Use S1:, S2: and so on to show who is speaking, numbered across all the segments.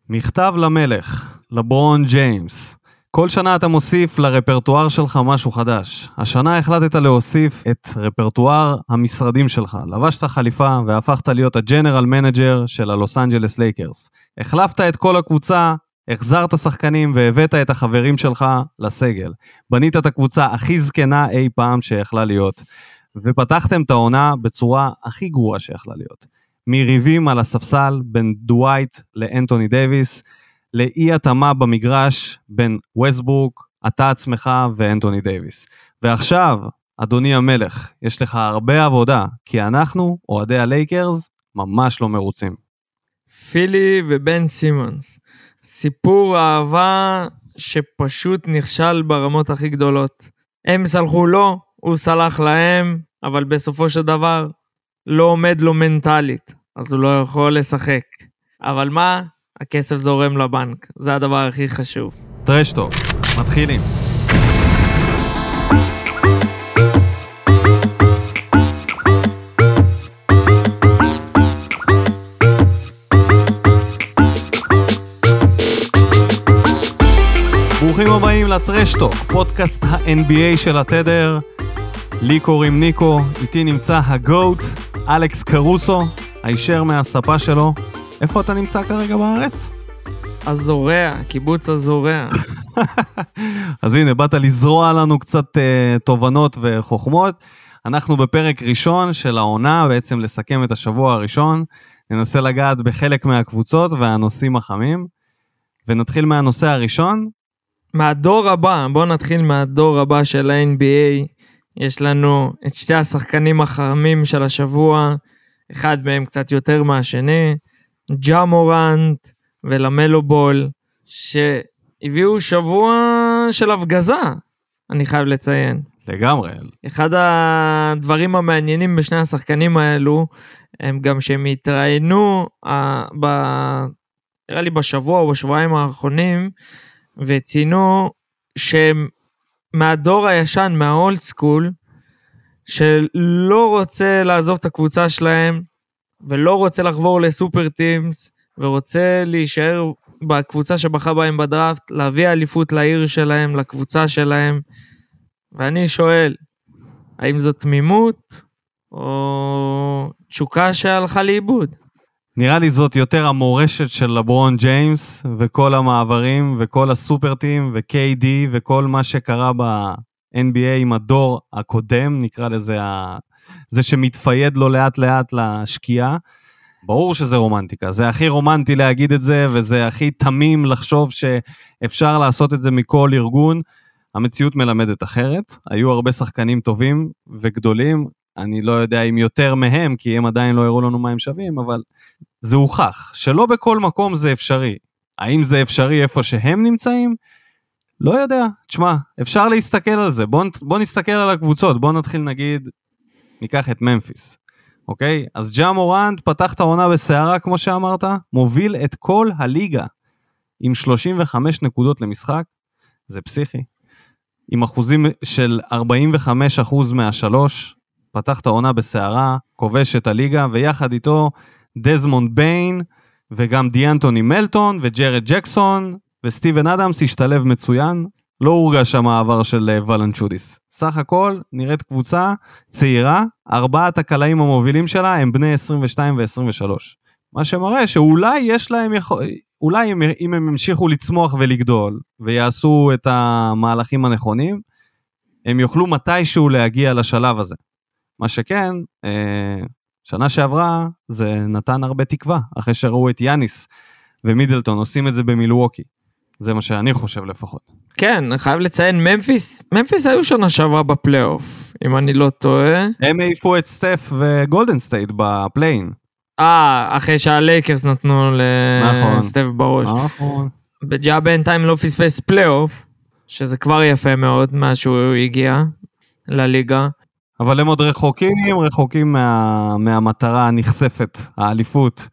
S1: מכתב למלך, לברון ג'יימס. כל שנה אתה מוסיף לרפרטואר שלך משהו חדש. השנה החלטת להוסיף את רפרטואר המשרדים שלך. לבשת חליפה והפכת להיות הג'נרל מנג'ר של הלוס אנג'לס לייקרס. החלפת את כל הקבוצה, החזרת שחקנים והבאת את החברים שלך לסגל. בנית את הקבוצה הכי זקנה אי פעם שיכלה להיות. ופתחתם את העונה בצורה הכי גרועה שיכלה להיות. מריבים על הספסל בין דווייט לאנטוני דייביס, לאי התאמה במגרש בין ווסטברוק, אתה עצמך ואנטוני דייביס. ועכשיו, אדוני המלך, יש לך הרבה עבודה, כי אנחנו, אוהדי הלייקרס, ממש לא מרוצים.
S2: פילי ובן סימונס, סיפור אהבה שפשוט נכשל ברמות הכי גדולות. הם סלחו לו, הוא סלח להם, אבל בסופו של דבר לא עומד לו מנטלית, אז הוא לא יכול לשחק. אבל מה? הכסף זורם לבנק, זה הדבר הכי חשוב.
S1: טרשטוק, מתחילים. ברוכים הבאים לטרשטוק, פודקאסט ה-NBA של התדר. לי קוראים ניקו, איתי נמצא הגוט, אלכס קרוסו, הישר מהספה שלו. איפה אתה נמצא כרגע בארץ?
S2: הזורע, קיבוץ הזורע.
S1: אז הנה, באת לזרוע לנו קצת תובנות וחוכמות. אנחנו בפרק ראשון של העונה, בעצם לסכם את השבוע הראשון. ננסה לגעת בחלק מהקבוצות והנושאים החמים. ונתחיל מהנושא הראשון.
S2: מהדור הבא, בואו נתחיל מהדור הבא של ה-NBA. יש לנו את שתי השחקנים החמים של השבוע, אחד מהם קצת יותר מהשני, ג'ה מורנט ולמלו בול, שהביאו שבוע של הפגזה, אני חייב לציין.
S1: לגמרי.
S2: אחד הדברים המעניינים בשני השחקנים האלו, הם גם שהם התראיינו, נראה לי בשבוע או בשבועיים האחרונים, וציינו שהם מהדור הישן, מהאולד סקול, שלא רוצה לעזוב את הקבוצה שלהם, ולא רוצה לחבור לסופר טימס, ורוצה להישאר בקבוצה שבחר בהם בדראפט, להביא אליפות לעיר שלהם, לקבוצה שלהם. ואני שואל, האם זאת תמימות, או תשוקה שהלכה לאיבוד?
S1: נראה לי זאת יותר המורשת של לברון ג'יימס, וכל המעברים, וכל הסופר טים, ו-KD, וכל מה שקרה ב-NBA עם הדור הקודם, נקרא לזה, זה שמתפייד לו לאט לאט לשקיעה. ברור שזה רומנטיקה, זה הכי רומנטי להגיד את זה, וזה הכי תמים לחשוב שאפשר לעשות את זה מכל ארגון. המציאות מלמדת אחרת, היו הרבה שחקנים טובים וגדולים, אני לא יודע אם יותר מהם, כי הם עדיין לא הראו לנו מה הם שווים, אבל זה הוכח, שלא בכל מקום זה אפשרי. האם זה אפשרי איפה שהם נמצאים? לא יודע, תשמע, אפשר להסתכל על זה, בוא נסתכל על הקבוצות, בוא נתחיל נגיד, ניקח את ממפיס, אוקיי? אז ג'ה מורנט פתח את העונה בסערה, כמו שאמרת, מוביל את כל הליגה, עם 35 נקודות למשחק, זה פסיכי, עם אחוזים של 45% מהשלוש, פתח את העונה בסערה, כובש את הליגה, ויחד איתו דזמונד ביין, וגם דיאנטוני מלטון, וג'רד ג'קסון, וסטיבן אדמס השתלב מצוין, לא הורגש המעבר של ולנצ'ודיס. סך הכל נראית קבוצה צעירה, 4 הקלעים המובילים שלה הם בני 22 ו-23. מה שמראה שאולי יש להם, אולי אם הם המשיכו לצמוח ולגדול, ויעשו את המהלכים הנכונים, הם יוכלו מתישהו להגיע לשלב הזה. מה שכן, שנה שעברה, זה נתן הרבה תקווה, אחרי שראו את יאניס ומידלטון עושים את זה במילווקי. זה מה שאני חושב לפחות. כן,
S2: חייב לציין, ממפיס היו שנה שעברה בפלייאוף, אם אני לא טועה.
S1: הם העיפו את סטף וגולדן סטייט בפליין.
S2: אחרי שהלייקרס נתנו לסטף בראש.
S1: נכון.
S2: בג'ה בינתיים לא פספס פלייאוף, שזה כבר יפה מאוד, מה שהוא הגיע לליגה.
S1: אבל הם עוד רחוקים מהמטרה הנחשפת, האליפות.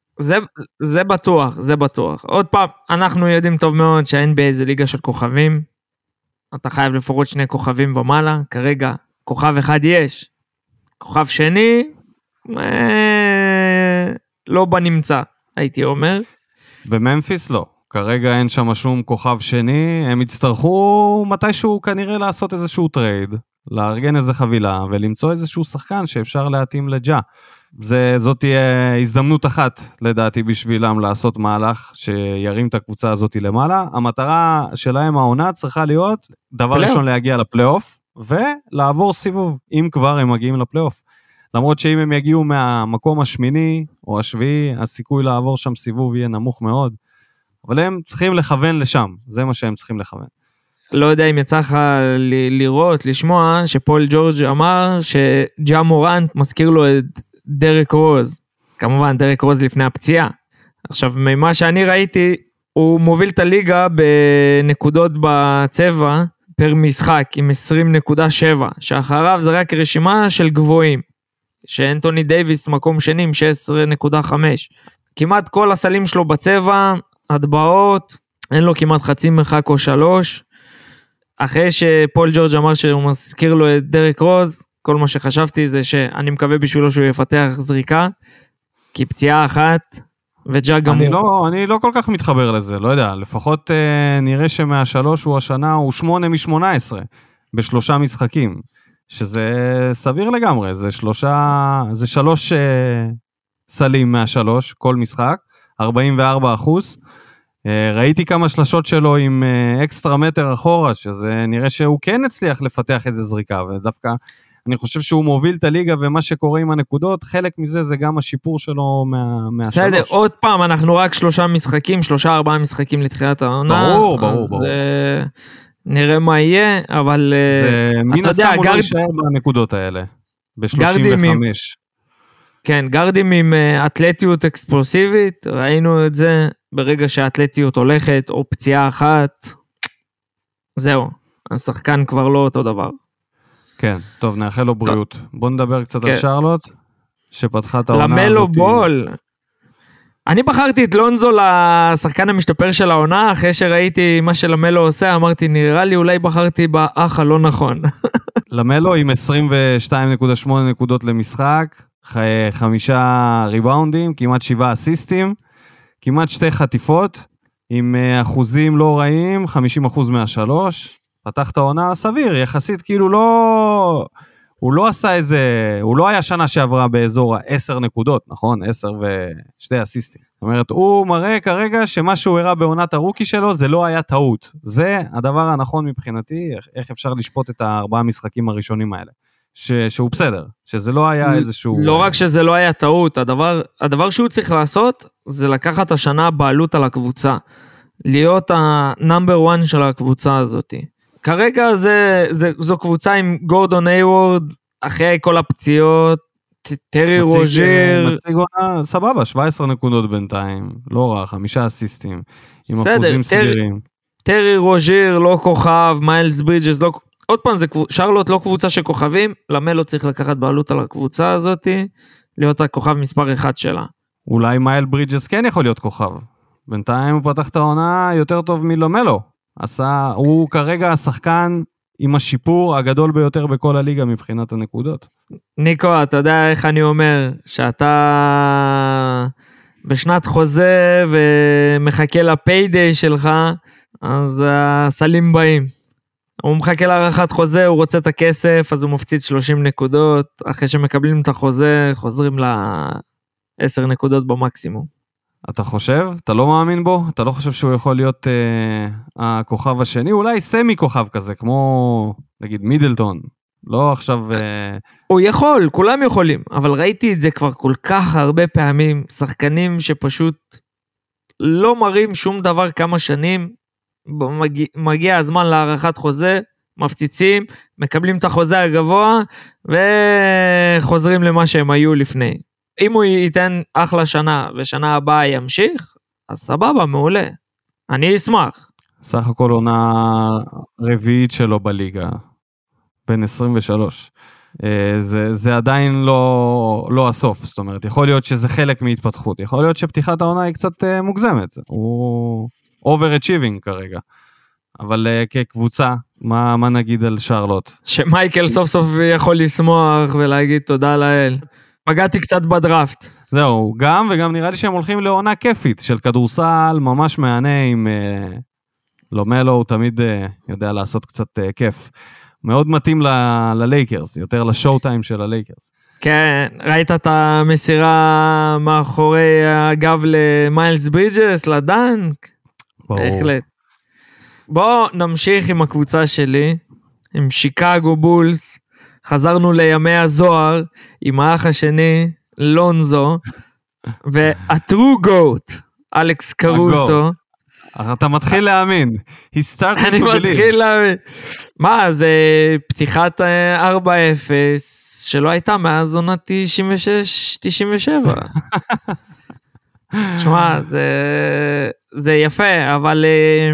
S2: זה בטוח, זה בטוח. עוד פעם, אנחנו יודעים טוב מאוד שה-NBA זה ליגה של כוכבים, אתה חייב לפחות 2 כוכבים ומעלה, כרגע כוכב אחד יש, כוכב שני, לא בנמצא, הייתי אומר.
S1: בממפיס לא. כרגע אין שם שום כוכב שני, הם יצטרכו מתישהו כנראה לעשות איזשהו טרייד, לארגן איזה חבילה, ולמצוא איזשהו שחקן שאפשר להתאים לג'ה. זאת תהיה הזדמנות אחת, לדעתי, בשבילם לעשות מהלך שירים את הקבוצה הזאת למעלה. המטרה שלהם העונה צריכה להיות, דבר ראשון להגיע לפלייאוף, ולעבור סיבוב, אם כבר הם מגיעים לפלייאוף. למרות שאם הם יגיעו מהמקום השמיני או השביעי, הסיכוי לעבור שם סיבוב יהיה נמוך מאוד. אבל הם צריכים לכוון לשם, זה מה שהם צריכים לכוון.
S2: לא יודע אם יצא לך לראות, לשמוע, שפול ג'ורג' אמר שג'ה מורנט מזכיר לו את דרק רוז. כמובן, דרק רוז לפני הפציעה. עכשיו, ממה שאני ראיתי, הוא מוביל את הליגה בנקודות בצבע פר משחק, עם 20.7, שאחריו זה רק רשימה של גבוהים, שאנטוני דייביס מקום שני עם 16.5. כמעט כל הסלים שלו בצבע, הדבעות, אין לו כמעט חצי מרחק או 3. אחרי שפול ג'ורג' אמר שהוא מזכיר לו את דרק רוז, כל מה שחשבתי זה שאני מקווה בשבילו שהוא יפתח זריקה, כי פציעה אחת, וג'ה גמור.
S1: אני לא כל כך מתחבר לזה, לא יודע, לפחות נראה שמהשלוש הוא השנה, הוא 8 מ-18, בשלושה משחקים, שזה סביר לגמרי, זה 3 סלים מהשלוש, כל משחק, 44%, ראיתי כמה שלשות שלו עם אקסטרה מטר אחורה, שזה נראה שהוא כן הצליח לפתח איזה זריקה, ודווקא אני חושב שהוא מוביל את הליגה, ומה שקורה עם הנקודות, חלק מזה זה גם השיפור שלו מהשלוש.
S2: בסדר, עוד פעם, אנחנו רק 3-4 משחקים לתחילת העונה.
S1: ברור.
S2: נראה מה יהיה, אבל
S1: מן הסתם הוא לא יישאר בנקודות האלה, ב-35.
S2: כן, גרדים עם אתלטיות אקספלוסיבית, ראינו את זה, ברגע שהאתלטיות הולכת, או פציעה אחת, זהו, השחקן כבר לא אותו דבר.
S1: כן, טוב, נאחל לו בריאות. בוא נדבר קצת על שרלוט, שפתחה את העונה הזאת.
S2: למלו בול. אני בחרתי את לונזו לשחקן המשתפר של העונה, אחרי שראיתי מה שלמלו עושה, אמרתי, נראה לי אולי בחרתי באח הלא נכון.
S1: למלו עם 22.8 נקודות למשחק, 5 ריבאונדים, כמעט 7 אסיסטים, כמעט 2 חטיפות, עם אחוזים לא רעים, 50% מהשלוש, פתח את העונה סביר, יחסית כאילו הוא לא עשה איזה, הוא לא היה שנה שעברה באזור 10 נקודות, נכון? 10 ו2 אסיסטים. זאת אומרת, הוא מראה כרגע שמה שהוא הראה בעונת הרוקי שלו, זה לא היה טעות. זה הדבר הנכון מבחינתי, איך אפשר לשפוט את 4 משחקים הראשונים האלה. שהוא בסדר, שזה לא היה איזשהו...
S2: לא רק שזה לא היה טעות, הדבר שהוא צריך לעשות, זה לקחת השנה בעלות על הקבוצה. להיות הנאמבר 1 של הקבוצה הזאת. כרגע זו קבוצה עם גורדון איוורד, אחרי כל הפציעות, טרי רוז'יר.
S1: מציג עונה, סבבה, 17 נקודות בינתיים, לא רע, 5 אסיסטים, עם אחוזים סבירים.
S2: טרי רוז'יר, לא כוכב, מיילס ברידג'ס, לא... עוד פעם, שרלוט לא קבוצה של כוכבים, למלו צריך לקחת בעלות על הקבוצה הזאת, להיות הכוכב מספר 1 שלה.
S1: אולי מייל ברידג'ס כן יכול להיות כוכב. בינתיים הוא פתח את העונה יותר טוב מלמלו. הוא כרגע השחקן עם השיפור הגדול ביותר בכל הליגה מבחינת הנקודות.
S2: ניקו, אתה יודע איך אני אומר, שאתה בשנת חוזה ומחכה לפיידיי שלך, אז הסלים באים. הוא מחכה להערכת חוזה, הוא רוצה את הכסף, אז הוא מפציץ 30 נקודות, אחרי שמקבלים את החוזה, חוזרים ל10 נקודות במקסימום.
S1: אתה חושב? אתה לא מאמין בו? אתה לא חושב שהוא יכול להיות הכוכב השני? אולי סמי כוכב כזה, כמו נגיד מידלטון. לא עכשיו...
S2: הוא יכול, כולם יכולים, אבל ראיתי את זה כבר כל כך הרבה פעמים, שחקנים שפשוט לא מראים שום דבר כמה שנים, מגיע הזמן להערכת חוזה, מפציצים, מקבלים את החוזה הגבוה, וחוזרים למה שהם היו לפני. אם הוא ייתן אחלה שנה, ושנה הבאה ימשיך, אז סבבה, מעולה. אני אשמח.
S1: סך הכל עונה רביעית שלו בליגה, בין 23. זה עדיין לא הסוף, זאת אומרת, יכול להיות שזה חלק מהתפתחות, יכול להיות שפתיחת העונה היא קצת מוגזמת, הוא overachieving כרגע, אבל כקבוצה, מה נגיד על שרלוט?
S2: שמייקל סוף סוף יכול לשמוח ולהגיד תודה לאל. פגעתי קצת בדראפט.
S1: זהו, גם, וגם נראה לי שהם הולכים לעונה כיפית, של כדורסל ממש מענה עם לומלו, הוא תמיד יודע לעשות קצת כיף. מאוד מתאים ללייקרס, יותר לשואו טיים של הלייקרס.
S2: כן, ראית את המסירה מאחורי הגב למיילס ברידג'ס, לדנק? בהחלט. בואו נמשיך עם הקבוצה שלי, עם שיקגו בולס. חזרנו לימי הזוהר, עם האח השני, לונזו, והטרו גוט, אלכס קרוסו.
S1: אתה מתחיל להאמין.
S2: אני מתחיל להאמין. מה, זה פתיחת 4-0, שלא הייתה מאז עונת 96-97. תשמע, זה יפה, אבל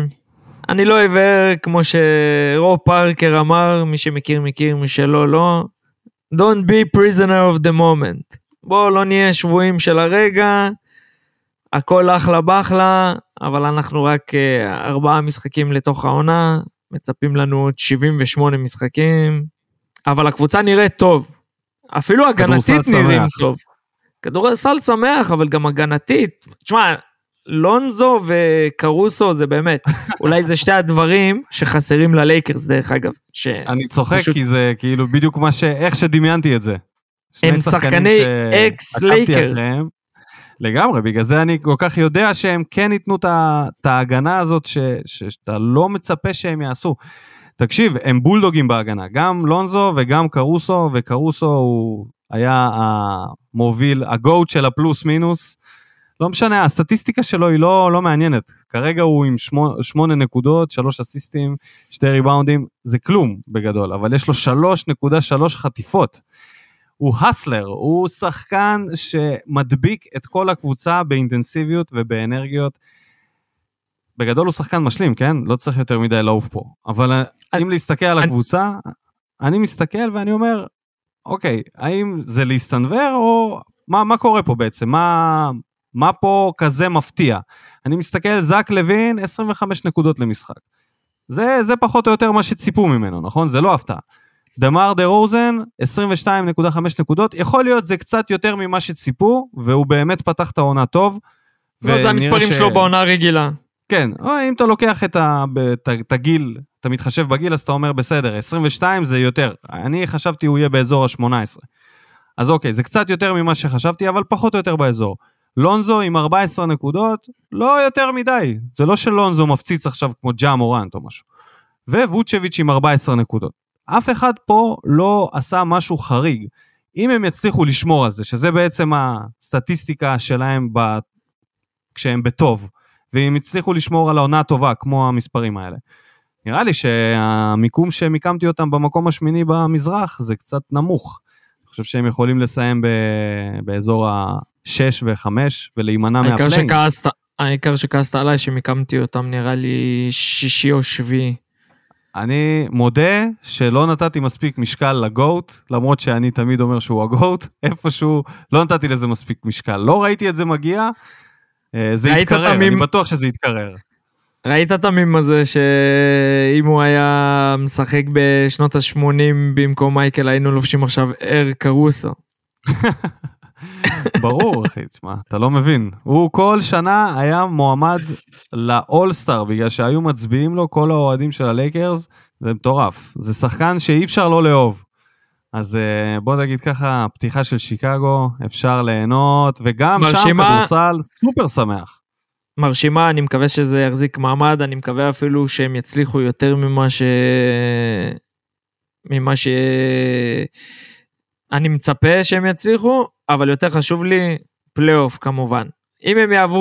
S2: אני לא עיוור, כמו שרוב פארקר אמר, מי שמכיר מכיר, מי שלא לא. Don't be prisoner of the moment. בואו לא נהיה שבועים של הרגע, הכל אחלה בחלה, אבל אנחנו רק 4 משחקים לתוך העונה, מצפים לנו עוד 78 משחקים, אבל הקבוצה נראית טוב, אפילו הגנתית נראים טוב. כדורסל שמח, אבל גם הגנתית. תשמע, לונזו וקרוסו זה באמת, אולי זה שתי הדברים שחסרים ללייקרס דרך אגב.
S1: אני צוחק כי זה כאילו בדיוק איך שדמיינתי את זה.
S2: הם שחקני אקס לייקרס.
S1: לגמרי, בגלל זה אני כל כך יודע שהם כן ייתנו את ההגנה הזאת שאתה לא מצפה שהם יעשו. תקשיב, הם בולדוגים בהגנה, גם לונזו וגם קרוסו, וקרוסו הוא היה המוביל, הגוט של הפלוס מינוס, לא משנה, הסטטיסטיקה שלו היא לא מעניינת, כרגע הוא עם 8 נקודות, 3 אסיסטים, 2 ריבאונדים, זה כלום בגדול, אבל יש לו 3.3 חטיפות, הוא הסלר, הוא שחקן שמדביק את כל הקבוצה באינטנסיביות ובאנרגיות, בגדול הוא שחקן משלים, כן? לא צריך יותר מדי לעוף פה, אבל אם להסתכל על הקבוצה, אני מסתכל ואני אומר, אוקיי, האם זה להסתנבר או מה קורה פה בעצם? מה פה כזה מפתיע? אני מסתכל, זק לוין, 25 נקודות למשחק. זה פחות או יותר מה שציפו ממנו, נכון? זה לא הפתעה. דמר דה רוזן, 22.5 נקודות, יכול להיות זה קצת יותר ממה שציפו, והוא באמת פתח את העונה טוב.
S2: זה המספרים שלו בעונה רגילה.
S1: כן, או אם אתה לוקח את הגיל, אתה מתחשב בגיל, אז אתה אומר בסדר, 22 זה יותר. אני חשבתי הוא יהיה באזור ה-18. אז אוקיי, זה קצת יותר ממה שחשבתי, אבל פחות או יותר באזור. לונזו עם 14 נקודות, לא יותר מדי. זה לא שלונזו מפציץ עכשיו כמו ג'ה מורנט או משהו. וווצ'ביץ' עם 14 נקודות. אף אחד פה לא עשה משהו חריג. אם הם יצליחו לשמור על זה, שזה בעצם הסטטיסטיקה שלהם כשהם בטוב, ואם יצליחו לשמור על העונה טובה, כמו המספרים האלה. נראה לי שהמיקום שמיקמתי אותם במקום השמיני במזרח, זה קצת נמוך. אני חושב שהם יכולים לסיים באזור ה-6 ו-5, ולהימנע מהפליין.
S2: העיקר שכעסת עליי שמיקמתי אותם, נראה לי 6 או 7.
S1: אני מודה שלא נתתי מספיק משקל לגוט, למרות שאני תמיד אומר שהוא הגוט, איפשהו לא נתתי לזה מספיק משקל. לא ראיתי את זה מגיע, זה יתקרר, אני בטוח שזה יתקרר.
S2: ראית את המים הזה שאם הוא היה משחק בשנות ה-80 במקום מייקל, היינו לובשים עכשיו קרוסו.
S1: ברור, אחי, תשמע, אתה לא מבין. הוא כל שנה היה מועמד לאול-סטאר, בגלל שהיו מצביעים לו כל האוהדים של הלייקרס, זה מטורף. זה שחקן שאי אפשר לא לאהוב. אז בוא נגיד ככה, פתיחה של שיקגו, אפשר ליהנות, וגם שם כדורסל סופר שמח.
S2: מרשימה, אני מקווה שזה יחזיק מעמד, אני מקווה אפילו שהם יצליחו יותר ממה אני מצפה שהם יצליחו, אבל יותר חשוב לי פלייאוף כמובן. אם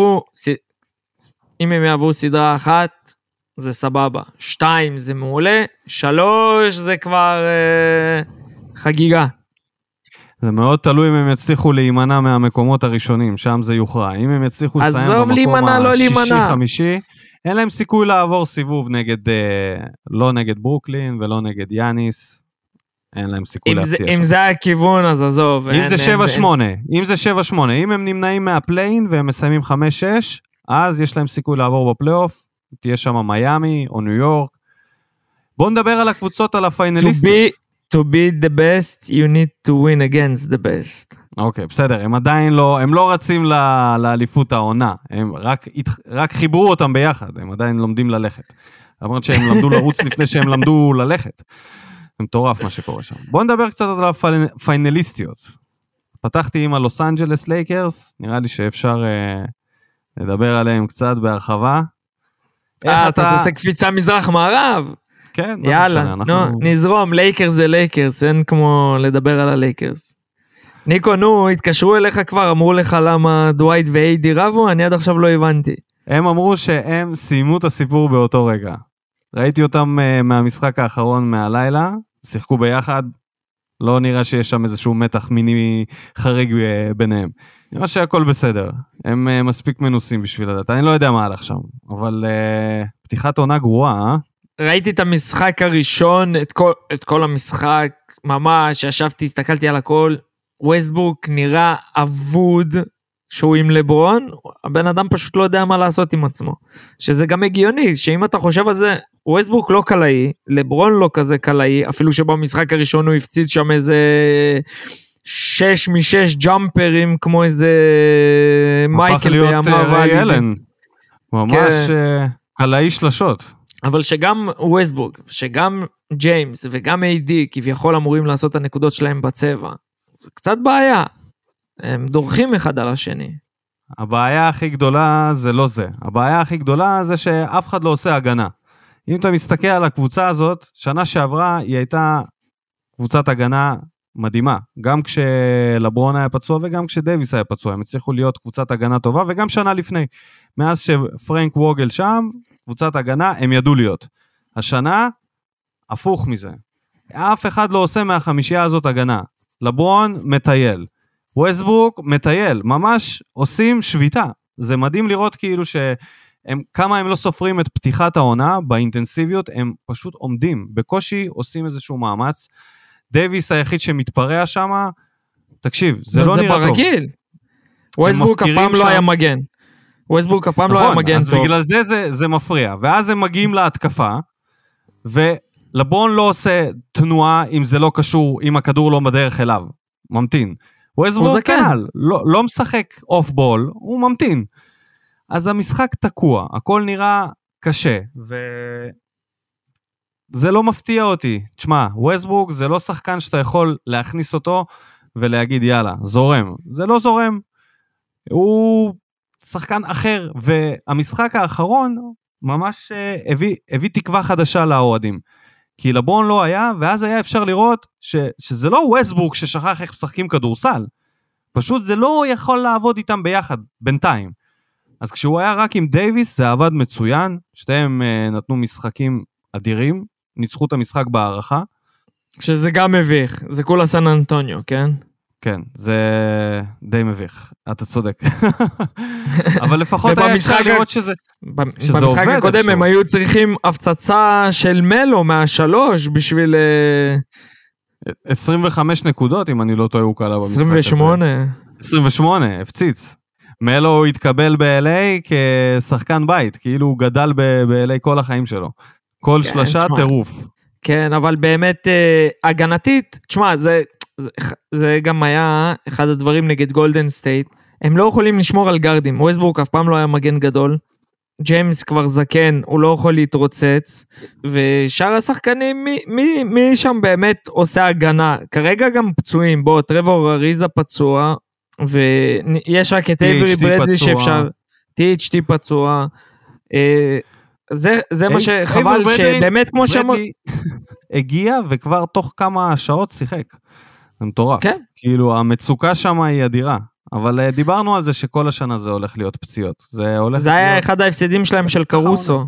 S2: הם יעברו סדרה 1, זה סבבה. 2 זה מעולה, 3 זה כבר חגיגה.
S1: זה מאוד תלוי אם הם יצליחו להימנע מהמקומות הראשונים, שם זה יוכרע. אם הם יצליחו לסיים במקום השישי-חמישי, אין להם סיכוי לעבור סיבוב לא נגד ברוקלין ולא נגד יאניס, אין להם סיכוי להפתיע שם.
S2: אם זה הכיוון, אז עזוב.
S1: אם זה 7-8, אם הם נמנעים מהפליין והם מסיימים 5-6, אז יש להם סיכוי לעבור בפלייאוף, תהיה שם מיימי או ניו יורק. בואו נדבר על הקבוצות, על הפיינליסטים.
S2: to be the best, you need to win against the best.
S1: אוקיי, בסדר, הם עדיין לא, הם לא רצים לאליפות העונה, הם רק חיברו אותם ביחד, הם עדיין לומדים ללכת. אמרת שהם למדו לרוץ לפני שהם למדו ללכת. זה מטורף מה שקורה שם. בואו נדבר קצת על הפיינליסטיות. פתחתי עם הלוס אנג'לס לייקרס, נראה לי שאפשר לדבר עליהם קצת בהרחבה.
S2: אתה עושה קפיצה מזרח-מערב?
S1: כן,
S2: יאללה, נזרום, לייקרס זה לייקרס, אין כמו לדבר על הלייקרס. ניקו, נו, התקשרו אליך כבר, אמרו לך למה דווייט ואיידי רבו, אני עד עכשיו לא הבנתי.
S1: הם אמרו שהם סיימו את הסיפור באותו רגע. ראיתי אותם מהמשחק האחרון מהלילה, שיחקו ביחד, לא נראה שיש שם איזשהו מתח מיני חריג ביניהם. נראה שהכל בסדר, הם מספיק מנוסים בשביל לדעת, אני לא יודע מה הלך שם, אבל פתיחת עונה גרועה,
S2: ראיתי את המשחק הראשון, את כל המשחק, ממש, ישבתי, הסתכלתי על הכל, ווסטברוק נראה אבוד, שהוא עם לברון, הבן אדם פשוט לא יודע מה לעשות עם עצמו, שזה גם הגיוני, שאם אתה חושב על זה, ווסטברוק לא קלעי, לברון לא כזה קלעי, אפילו שבמשחק הראשון הוא הפציץ שם איזה 6 מ-6 ג'אמפרים, כמו איזה מייקל בימיו
S1: ואליזה. ממש קלעי שלשות.
S2: אבל שגם ווסטברוק, שגם ג'יימס וגם איי-די, כביכול אמורים לעשות את הנקודות שלהם בצבע, זה קצת בעיה. הם דורכים אחד על השני.
S1: הבעיה הכי גדולה זה לא זה. הבעיה הכי גדולה זה שאף אחד לא עושה הגנה. אם אתה מסתכל על הקבוצה הזאת, שנה שעברה היא הייתה קבוצת הגנה מדהימה. גם כשלברון היה פצוע וגם כשדייביס היה פצוע. הם הצליחו להיות קבוצת הגנה טובה, וגם שנה לפני. מאז שפרנק ווגל שם, קבוצת הגנה, הם ידעו להיות. השנה, הפוך מזה. אף אחד לא עושה מהחמישייה הזאת הגנה. לברון מטייל. ווסטברוק מטייל. ממש עושים שביתה. זה מדהים לראות כאילו כמה הם לא סופרים את פתיחת העונה באינטנסיביות, הם פשוט עומדים. בקושי עושים איזשהו מאמץ. דייביס היחיד שמתפרע שם, תקשיב, זה לא נראה טוב.
S2: זה ברגיל. ווסטברוק אף פעם לא היה מגן. ווסטברוק אף פעם לא היה מגן טוב.
S1: אז בגלל זה מפריע. ואז הם מגיעים להתקפה, ולברון לא עושה תנועה אם זה לא קשור, אם הכדור לא בדרך אליו. ממתין. ווסטברוק כנ"ל, לא משחק אוף בול, הוא ממתין. אז המשחק תקוע, הכל נראה קשה, וזה לא מפתיע אותי. תשמע, ווסטברוק זה לא שחקן שאתה יכול להכניס אותו, ולהגיד יאללה, זורם. זה לא זורם. הוא שחקן אחר, והמשחק האחרון ממש הביא תקווה חדשה לאוהדים. כי לברון לא היה, ואז היה אפשר לראות שזה לא ווסטברוק ששכח איך משחקים כדורסל. פשוט זה לא יכול לעבוד איתם ביחד, בינתיים. אז כשהוא היה רק עם דייביס, זה עבד מצוין, שתיהם נתנו משחקים אדירים, ניצחו את המשחק בהערכה.
S2: שזה גם מביך, זה כולה סן אנטוניו, כן?
S1: כן, זה די מביך, אתה צודק. אבל לפחות היה אפשר לראות שזה עובד.
S2: במשחק הקודם הם היו צריכים הפצצה של מלו מהשלוש בשביל
S1: 25 נקודות, אם אני לא טועה, הוא קלה במשחק הזה. 28, הפציץ. מלו התקבל ב-LA כשחקן בית, כאילו הוא גדל ב-LA כל החיים שלו. כל שלושה טירוף.
S2: כן, אבל באמת הגנתית, תשמע, זה גם היה אחד הדברים נגד גולדן סטייט, הם לא יכולים לשמור על גרדים, ווסטברוק אף פעם לא היה מגן גדול, ג'יימס כבר זקן, הוא לא יכול להתרוצץ, ושאר השחקנים, מי שם באמת עושה הגנה, כרגע גם פצועים, בוא, טרוור אריזה פצוע, ויש רק את אייברי ברדלי שאפשר, THT פצוע, זה מה שחבל, שבאמת כמו שאמר,
S1: הגיע וכבר תוך כמה שעות שיחק, זה מטורף, כאילו המצוקה שם היא אדירה, אבל דיברנו על זה שכל השנה זה הולך להיות פציעות.
S2: זה היה אחד ההפסדים שלהם של קרוסו.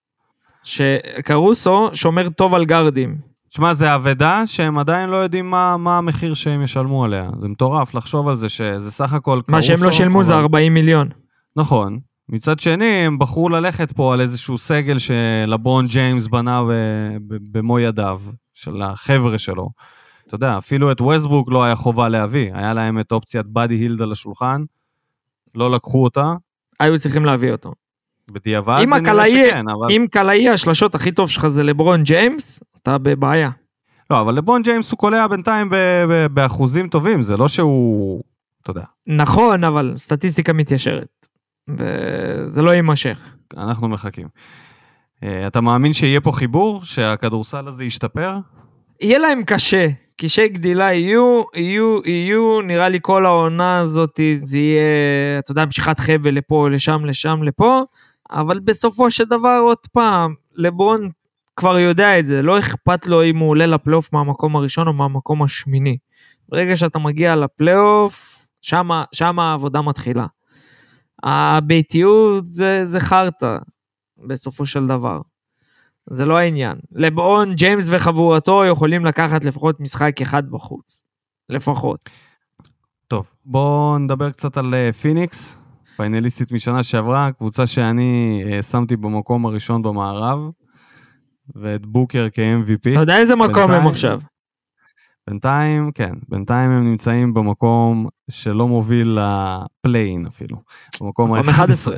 S2: שקרוסו שומר טוב על גרדים.
S1: תשמע, זה עבדה שהם עדיין לא יודעים מה המחיר שהם ישלמו עליה. זה מטורף לחשוב על זה שזה סך הכל קרוסו.
S2: מה שהם לא שילמו זה 40 מיליון.
S1: נכון. מצד שני, הם בחרו ללכת פה על איזשהו סגל שלברון ג'יימס בנה במו ידיו, של החבר'ה שלו. אתה יודע, אפילו את ווסטברוק לא היה חובה להביא, היה להם את אופציית בדי הילד על השולחן, לא לקחו אותה.
S2: היו צריכים להביא אותו.
S1: בדיעבד זה נראה שכן, אבל...
S2: אם קלעי השלשות הכי טוב שלך זה לברון ג'יימס, אתה בבעיה.
S1: לא, אבל לברון ג'יימס הוא קולע בינתיים באחוזים טובים, זה לא שהוא, אתה יודע.
S2: נכון, אבל סטטיסטיקה מתיישרת, וזה לא יימשך.
S1: אנחנו מחכים. אתה מאמין שיהיה פה חיבור, שהכדורסל הזה ישתפר?
S2: יהיה להם קשה, קשי גדילה יהיו, נראה לי כל העונה הזאת, זה יהיה, אתה יודע, משיכת חבל לפה, לשם, לפה, אבל בסופו של דבר עוד פעם, לברון כבר יודע את זה, לא אכפת לו אם הוא עולה לפלייאוף מהמקום הראשון או מהמקום השמיני. ברגע שאתה מגיע לפלייאוף, שם העבודה מתחילה. הביתיות זה חרטה, בסופו של דבר. זה לא העניין. לברון, ג'יימס וחבורתו יכולים לקחת לפחות משחק אחד בחוץ. לפחות.
S1: טוב, בואו נדבר קצת על פיניקס, פיינליסטית משנה שעברה, קבוצה שאני שמתי במקום הראשון במערב, ואת בוקר כ-MVP.
S2: אתה יודע איזה מקום הם עכשיו?
S1: בינתיים, כן, בינתיים הם נמצאים במקום שלא מוביל לפליין אפילו. במקום
S2: 11.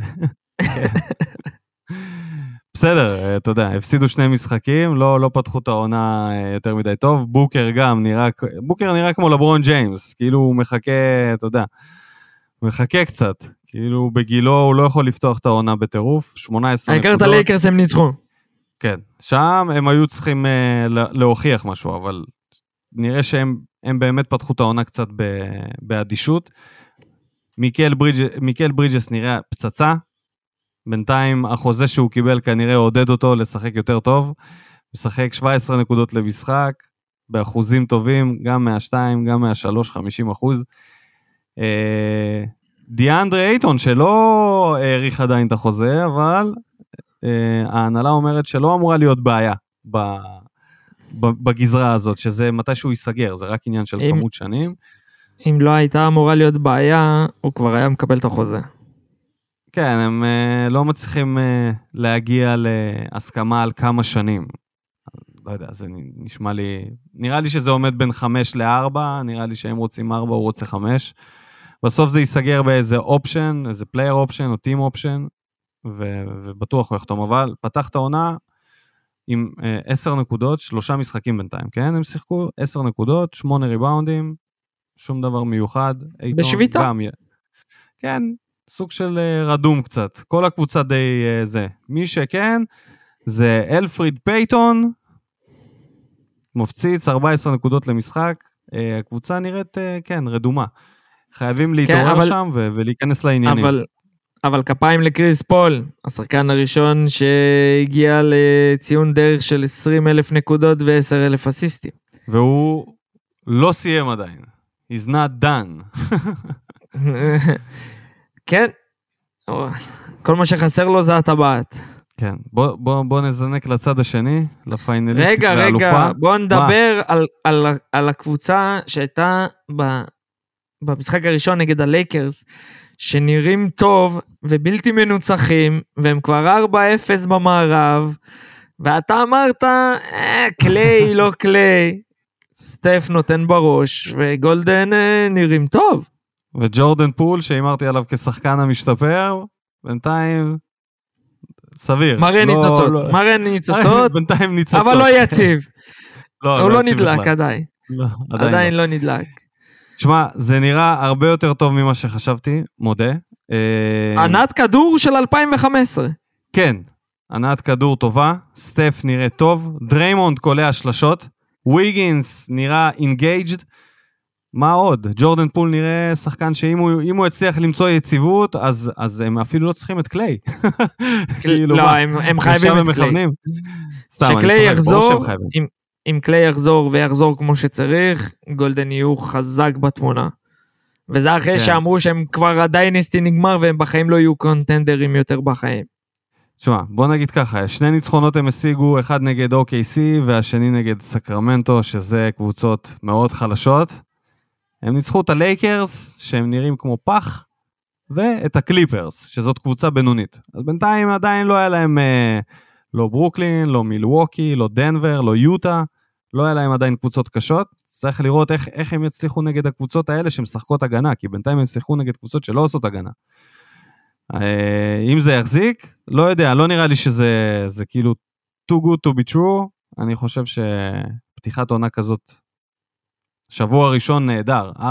S1: בסדר, אתה יודע, הפסידו 2 משחקים, לא פתחו את העונה יותר מדי טוב, בוקר נראה כמו לברון ג'יימס, כאילו הוא מחכה, אתה יודע, מחכה קצת, כאילו בגילו הוא לא יכול לפתוח את העונה בטירוף, 18 נקודות.
S2: העיקר את הלייקרס הם ניצחו.
S1: כן, שם הם היו צריכים להוכיח משהו, אבל נראה שהם באמת פתחו את העונה קצת באדישות. מיקל ברידג'ס נראה פצצה, בינתיים החוזה שהוא קיבל כנראה עודד אותו לשחק יותר טוב, משחק 17 נקודות למשחק, באחוזים טובים, גם מה-2, גם מה-3, 50%. דיאנדרה אייטון, שלא העריך עדיין את החוזה, אבל ההנהלה אומרת שלא אמורה להיות בעיה בגזרה הזאת, שזה מתי שהוא ייסגר, זה רק עניין של כמות שנים.
S2: אם לא הייתה אמורה להיות בעיה, הוא כבר היה מקבל את החוזה.
S1: כן, הם לא מצליחים להגיע להסכמה על כמה שנים. לא יודע, זה נשמע לי, נראה לי שזה עומד בין 5 ל-4, נראה לי שהם רוצים 4, הוא רוצה 5. בסוף זה ייסגר באיזה אופשן, איזה פלייר אופשן או טים אופשן, ובטוח הוא יחתום, אבל פתח את העונה עם 10 נקודות, 3 משחקים בינתיים, כן? הם שיחקו 10 נקודות, 8 ריבאונדים, שום דבר מיוחד.
S2: בשביתה?
S1: כן, סוג של רדום קצת. כל הקבוצה די זה. מי שכן, זה אלפריד פייטון, מפציץ 14 נקודות למשחק, הקבוצה נראית, כן, רדומה. חייבים להתעורר שם ולהיכנס לעניינים.
S2: אבל כפיים לקריס פול, השחקן הראשון שהגיע לציון דרך של 20,000 נקודות ו10,000 אסיסטים.
S1: והוא לא סיים עדיין. He's not done.
S2: כן, כל מה שחסר לו זה הטבעת.
S1: כן, בוא נזנק לצד השני, לפיינליסטית לאלופה.
S2: רגע, בוא נדבר על הקבוצה שהייתה במשחק הראשון נגד הלייקרס, שנראים טוב ובלתי מנוצחים, והם כבר 4-0 במערב, ואתה אמרת, קליי, לא קליי, סטף נותן בראש, וגולדן נראים טוב.
S1: וג'ורדן פול, שאימרתי עליו כשחקן המשתפר, בינתיים סביר.
S2: מראה ניצוצות,
S1: בינתיים ניצוצות.
S2: אבל לא יציב. הוא לא נדלק עדיין. עדיין לא נדלק.
S1: תשמע, זה נראה הרבה יותר טוב ממה שחשבתי, מודה.
S2: ענת כדור של 2015.
S1: כן, ענת כדור טובה, סטף נראה טוב, דריימונד קולע שלשות, וויגינס נראה אינגייג'ד, מה עוד? ג'ורדן פול נראה שחקן שאם הוא הצליח למצוא יציבות, אז הם אפילו לא צריכים את קליי.
S2: לא, הם חייבים את קליי. שקליי יחזור, אם קליי יחזור ויחזור כמו שצריך, גולדן יהיו חזק בתמונה. וזה אחרי שאמרו שהם כבר הדיינסטי נגמר, והם בחיים לא יהיו קונטנדרים יותר בחיים.
S1: תשמע, בוא נגיד ככה, 2 ניצחונות הם השיגו, אחד נגד OKC, והשני נגד סקרמנטו, שזה קבוצות מאוד חלשות. הם ניצחו את הלייקרס, שהם נראים כמו פח, ואת הקליפרס, שזאת קבוצה בינונית. אז בינתיים עדיין לא היה להם לא ברוקלין, לא מילווקי, לא דנבר, לא יוטה, לא היה להם עדיין קבוצות קשות. צריך לראות איך הם יצליחו נגד הקבוצות האלה שמשחקות הגנה, כי בינתיים הם שיחקו נגד קבוצות שלא עושות הגנה. אם זה יחזיק, לא יודע, לא נראה לי שזה כאילו too good to be true, אני חושב פתיחת עונה כזאת, שבוע ראשון נהדר, 4-0,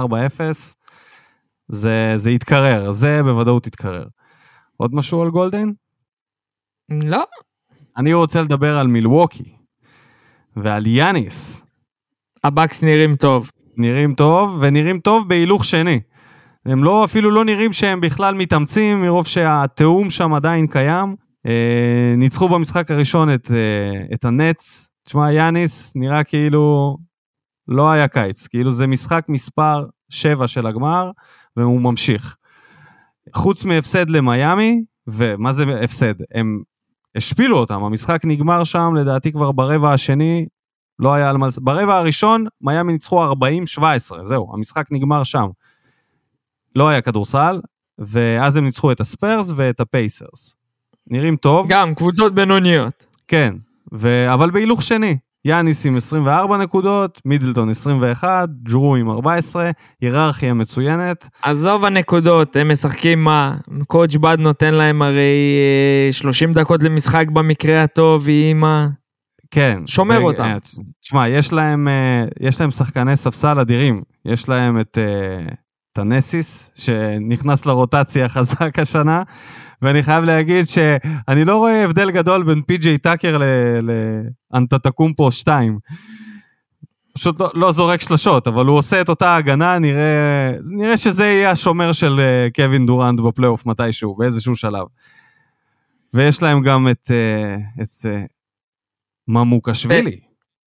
S1: זה יתקרר, זה בוודאות יתקרר. עוד משהו על גולדן?
S2: לא.
S1: אני רוצה לדבר על מילווקי, ועל יאניס.
S2: הבקס נראים טוב.
S1: נראים טוב, ונראים טוב בהילוך שני. הם אפילו לא נראים שהם בכלל מתאמצים, מרוב שהתאום שם עדיין קיים. ניצחו במשחק הראשון את הנץ. תשמע, יאניס נראה כאילו לא היה קיץ, כאילו זה משחק מספר 7 של הגמר, והוא ממשיך. חוץ מהפסד למיימי, ומה זה הפסד? הם השפילו אותם, המשחק נגמר שם, לדעתי כבר ברבע השני, לא היה על מלס... ברבע הראשון, מיימי ניצחו 40-17, זהו, המשחק נגמר שם. לא היה כדורסל, ואז הם ניצחו את הספרס ואת הפייסרס. נראים טוב.
S2: גם, קבוצות בינוניות.
S1: כן, אבל בהילוך שני. יאניס עם 24 נקודות, מידלטון 21, ג'רו עם 14, היררכיה מצוינת.
S2: עזוב הנקודות, הם משחקים מה? קואץ' בד נותן להם הרי 30 דקות למשחק במקרה הטוב, והיא מה?
S1: כן.
S2: שומר אותם.
S1: תשמע, יש להם שחקני ספסל אדירים. יש להם את טנסיס, שנכנס לרוטציה חזק השנה, ואני חייב להגיד שאני לא רואה הבדל גדול בין פי.ג'יי טאקר לאנטטקומפו 2. פשוט לא זורק שלשות, אבל הוא עושה את אותה הגנה, נראה שזה יהיה השומר של קווין דורנט בפלייאוף מתישהו, באיזשהו שלב. ויש להם גם את ממוקשווילי.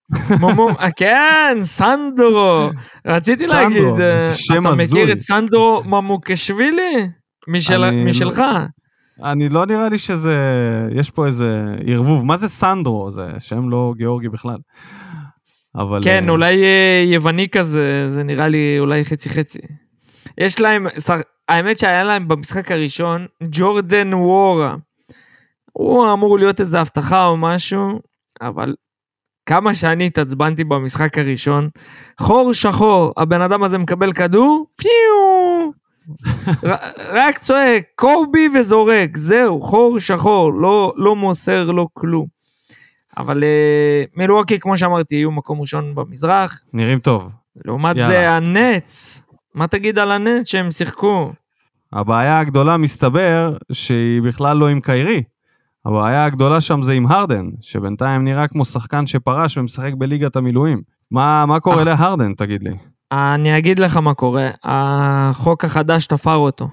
S2: כן, סנדרו. רציתי להגיד, אתה מכיר את סנדרו ממוקשווילי? משלך?
S1: אני לא נראה לי שזה, יש פה איזה ערבוב. מה זה סנדרו? זה שם לא גיאורגי בכלל.
S2: כן, אולי יווני כזה, זה נראה לי אולי חצי-חצי. יש להם, האמת שהיה להם במשחק הראשון, ג'ורדן וורה. הוא אמור להיות איזו הבטחה או משהו, אבל כמה שאני התעצבנתי במשחק הראשון, חור שחור, הבן אדם הזה מקבל כדור, פיו, רק צועק, קובי וזורק, זהו, חור שחור, לא מוסר, לא כלום. אבל מילווקי, כמו שאמרתי, יהיו מקום ראשון במזרח.
S1: נראים טוב.
S2: לעומת זה הנץ, מה תגיד על הנץ שהם שיחקו?
S1: הבעיה הגדולה מסתבר שהיא בכלל לא עם קיירי. הבעיה הגדולה שם זה עם הרדן, שבינתיים נראה כמו שחקן שפרש ומשחק בליגת המילואים. מה קורה להרדן, תגיד לי?
S2: אני אגיד לך מה קורה. החוק החדש תפר אותו.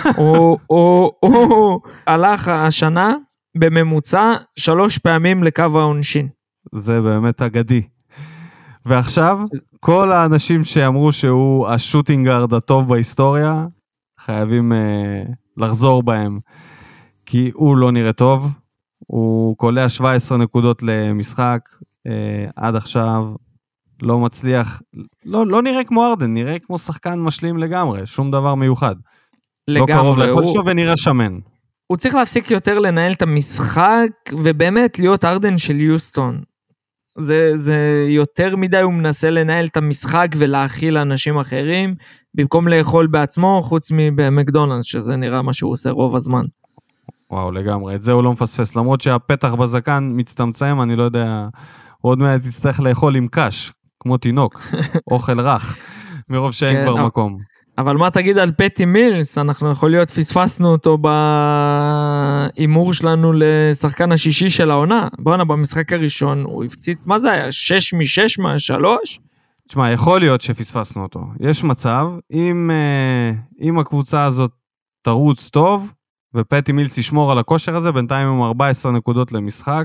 S2: הוא הלך השנה בממוצע 3 פעמים לקו העונשין.
S1: זה באמת אגדי. ועכשיו, כל האנשים שאמרו שהוא השוטינגארד הטוב בהיסטוריה, חייבים לחזור בהם. כי הוא לא נראה טוב, הוא קולע 17 נקודות למשחק, עד עכשיו לא מצליח, לא נראה כמו ארדן, נראה כמו שחקן משלים לגמרי, שום דבר מיוחד. לגמרי, לא קרוב ליכול שלו ונראה שמן.
S2: הוא צריך להפסיק יותר לנהל את המשחק, ובאמת להיות ארדן של יוסטון. זה יותר מדי, הוא מנסה לנהל את המשחק ולהכיל לאנשים אחרים, במקום לאכול בעצמו, חוץ מבמקדונלדס, שזה נראה מה שהוא עושה רוב הזמן.
S1: וואו, לגמרי, את זה הוא לא מפספס, למרות שהפתח בזקן מצטמצם, אני לא יודע, הוא עוד מעט יצטרך לאכול עם קש, כמו תינוק, אוכל רך, מרוב שאין כבר מקום.
S2: אבל מה תגיד על פטי מילס? אנחנו יכול להיות פספסנו אותו באימור שלנו לשחקן השישי של העונה. בואנה, במשחק הראשון הוא הפציץ, מה זה היה? 6 מ-6 מה-3?
S1: תשמע, יכול להיות שפספסנו אותו. יש מצב, אם הקבוצה הזאת תרוץ טוב, ופטי מילס ישמור על הכושר הזה, בינתיים עם 14 נקודות למשחק,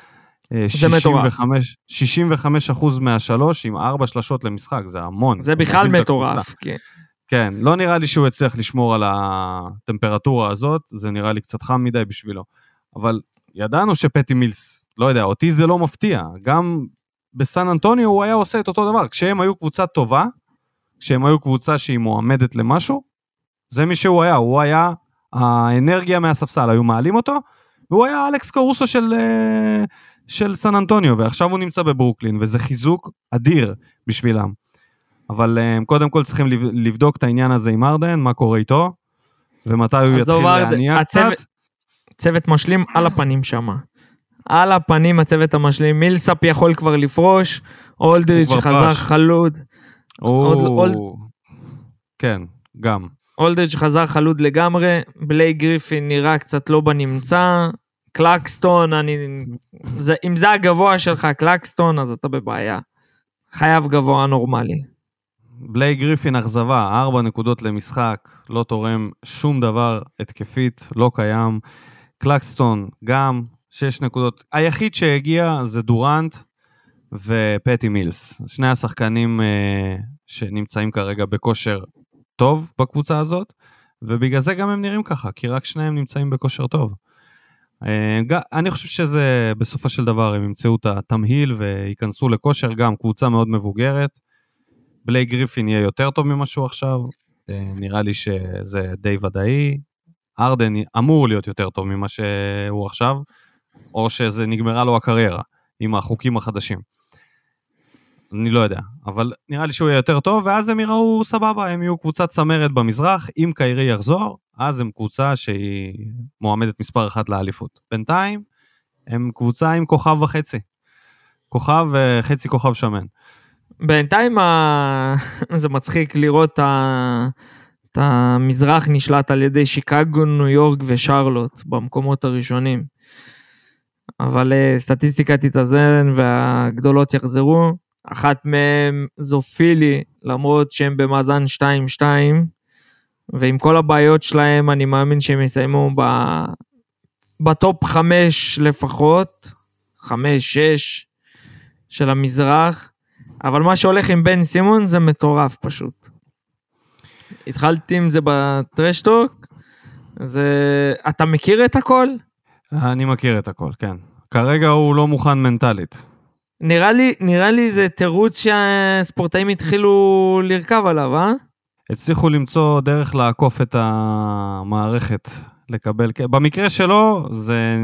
S1: 65% מה-3, עם 4 שלשות למשחק, זה המון.
S2: זה בכלל מטורף, כן.
S1: כן, לא נראה לי שהוא יצליח לשמור על הטמפרטורה הזאת, זה נראה לי קצת חם מדי בשבילו. אבל ידענו שפטי מילס, לא יודע, אותי זה לא מפתיע. גם בסן אנטוניו הוא היה עושה את אותו דבר. כשהם היו קבוצה טובה, כשהם היו קבוצה שהיא מועמדת למשהו, זה מי שהוא היה. הוא היה האנרגיה מהספסל, היו מעלים אותו, והוא היה אלכס קורוסו של סן אנטוניו, ועכשיו הוא נמצא בברוקלין, וזה חיזוק אדיר בשבילם. אבל קודם כל צריכים לבדוק את העניין הזה עם ארדן, מה קורה איתו, ומתי הוא יתחיל להניע קצת.
S2: צוות משלים על הפנים שם. על הפנים הצוות המשלים. מילסאפ יכול כבר לפרוש, אולדריץ' חזר חלוד.
S1: כן, גם.
S2: אולדריץ' חזר חלוד לגמרי, בלייק גריפין נראה קצת לא בנמצא, קלקסטון, אם זה הגבוה שלך, קלקסטון, אז אתה בבעיה. חייב גבוה נורמלי.
S1: בלייק גריפין אכזבה, 4 נקודות למשחק, לא תורם שום דבר התקפית, לא קיים. קלקסטון גם 6 נקודות. היחיד שהגיע זה דורנט ופטי מילס. שני השחקנים שנמצאים כרגע בכושר טוב בקבוצה הזאת, ובגלל זה גם הם נראים ככה, כי רק שניהם נמצאים בכושר טוב. אני חושב שזה בסופו של דבר הם ימצאו את התמהיל וייכנסו לכושר, גם קבוצה מאוד מבוגרת. בלייק גריפין יהיה יותר טוב ממשהו עכשיו, נראה לי שזה די ודאי. ארדן אמור להיות יותר טוב ממה שהוא עכשיו, או שזה נגמרה לו הקריירה עם החוקים החדשים. אני לא יודע, אבל נראה לי שהוא יהיה יותר טוב, ואז הם יראו סבבה, הם יהיו קבוצת צמרת במזרח, אם קיירי יחזור, אז הם קבוצה שהיא מועמדת מספר 1 לאליפות. בינתיים, הם קבוצה עם כוכב וחצי. כוכב וחצי כוכב שמן.
S2: בינתיים זה מצחיק לראות את המזרח נשלט על ידי שיקגו, ניו יורק ושרלוט במקומות הראשונים. אבל סטטיסטיקה תתאזן והגדולות יחזרו. אחת מהם זו פילי, למרות שהם במאזן 2-2, ועם כל הבעיות שלהם אני מאמין שהם יסיימו בטופ 5 לפחות, 5-6 של המזרח, אבל מה שהולך עם בן סימון זה מטורף פשוט. התחלתי עם זה בטרשטוק, אתה מכיר את הכל?
S1: אני מכיר את הכל, כן. כרגע הוא לא מוכן מנטלית.
S2: נראה לי זה תירוץ שהספורטאים התחילו לרכב עליו,
S1: הצליחו למצוא דרך לעקוף את המערכת, לקבל, במקרה שלו זה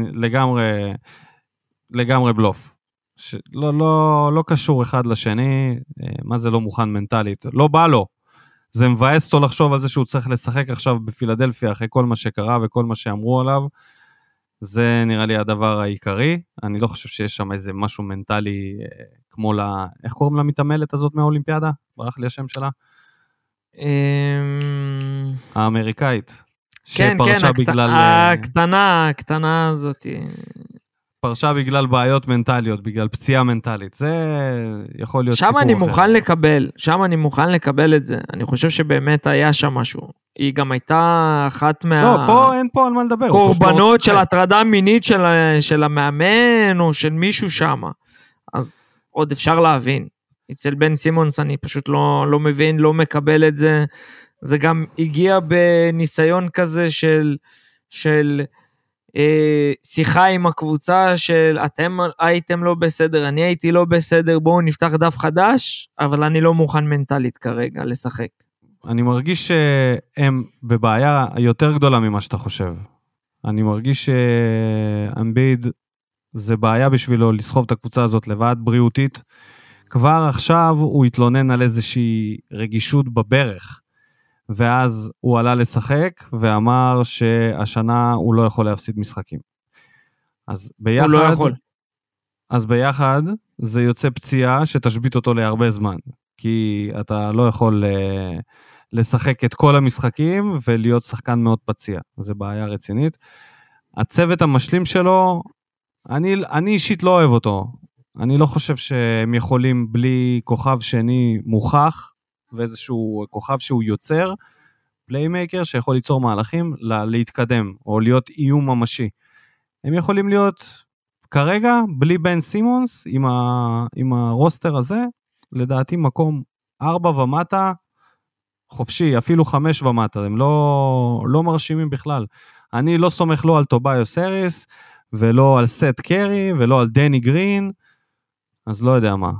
S1: לגמרי בלוף. לא קשור אחד לשני, מה זה לא מוכן מנטלית? לא בא לו. זה מבאס אותו לחשוב על זה שהוא צריך לשחק עכשיו בפילדלפיה, אחרי כל מה שקרה וכל מה שאמרו עליו. זה נראה לי הדבר העיקרי. אני לא חושב שיש שם איזה משהו מנטלי, כמו איך קוראים לה מתעמלת הזאת מהאולימפיאדה? ברח לי השם שלה? האמריקאית.
S2: כן, הקטנה הזאת.
S1: פרשה בגלל בעיות מנטליות, בגלל פציעה מנטלית. זה יכול להיות סיפור אחר.
S2: שם אני מוכן לקבל את זה. אני חושב שבאמת היה שם משהו. היא גם הייתה אחת
S1: לא, אין פה על מה לדבר.
S2: קורבנות של הטרדה מינית של המאמן, או של מישהו שם. אז עוד אפשר להבין. אצל בן סימונס אני פשוט לא מבין, לא מקבל את זה. זה גם הגיע בניסיון כזה של שיחה עם הקבוצה של אתם הייתם לא בסדר, אני הייתי לא בסדר, בואו נפתח דף חדש, אבל אני לא מוכן מנטלית כרגע לשחק.
S1: אני מרגיש שהם בבעיה יותר גדולה ממה שאתה חושב. אני מרגיש שאמביד זה בעיה בשבילו לסחוב את הקבוצה הזאת לבד בריאותית. כבר עכשיו הוא התלונן על איזושהי רגישות בברך, ואז הוא עלה לשחק ואמר שהשנה הוא לא יכול להפסיד משחקים. אז ביחד,
S2: הוא לא יכול.
S1: אז ביחד זה יוצא פציעה שתשבית אותו להרבה זמן, כי אתה לא יכול לשחק את כל המשחקים ולהיות שחקן מאוד פציע. זה בעיה רצינית. הצוות המשלים שלו, אני אישית לא אוהב אותו. אני לא חושב שהם יכולים בלי כוכב שני מוכח, ואיזשהו כוכב שהוא יוצר, פליימייקר שיכול ליצור מהלכים להתקדם, או להיות איום ממשי. הם יכולים להיות כרגע, בלי בן סימונס, עם הרוסטר הזה, לדעתי מקום 4 ומטה, חופשי, אפילו 5 ומטה, הם לא מרשימים בכלל. אני לא סומך לא על טוביוס האריס, ולא על סט קרי, ולא על דני גרין, אז לא יודע מה.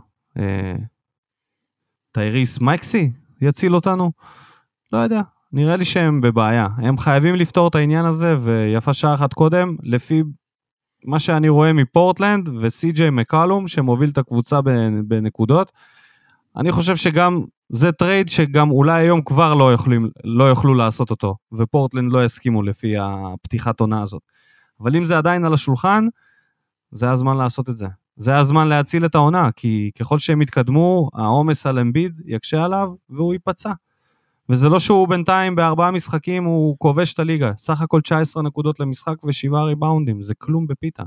S1: טייריס מקסי יציל אותנו? לא יודע. נראה לי שהם בבעיה. הם חייבים לפתור את העניין הזה, ויפה שעה אחת קודם, לפי מה שאני רואה מפורטלנד, וסי.ג'יי מקלום, שמוביל את הקבוצה בנקודות. אני חושב שגם זה טרייד שגם אולי היום כבר לא יוכלו לעשות אותו, ופורטלנד לא יסכימו לפי הפתיחת עונה הזאת. אבל אם זה עדיין על השולחן, זה הזמן לעשות את זה. זה הזמן להציל את העונה, כי ככל שהם יתקדמו, העומס על אמביד יקשה עליו, והוא ייפצע. וזה לא שהוא בינתיים ב4 משחקים, הוא כובש את הליגה. סך הכל 19 נקודות למשחק ו7 ריבאונדים, זה כלום בפיתה.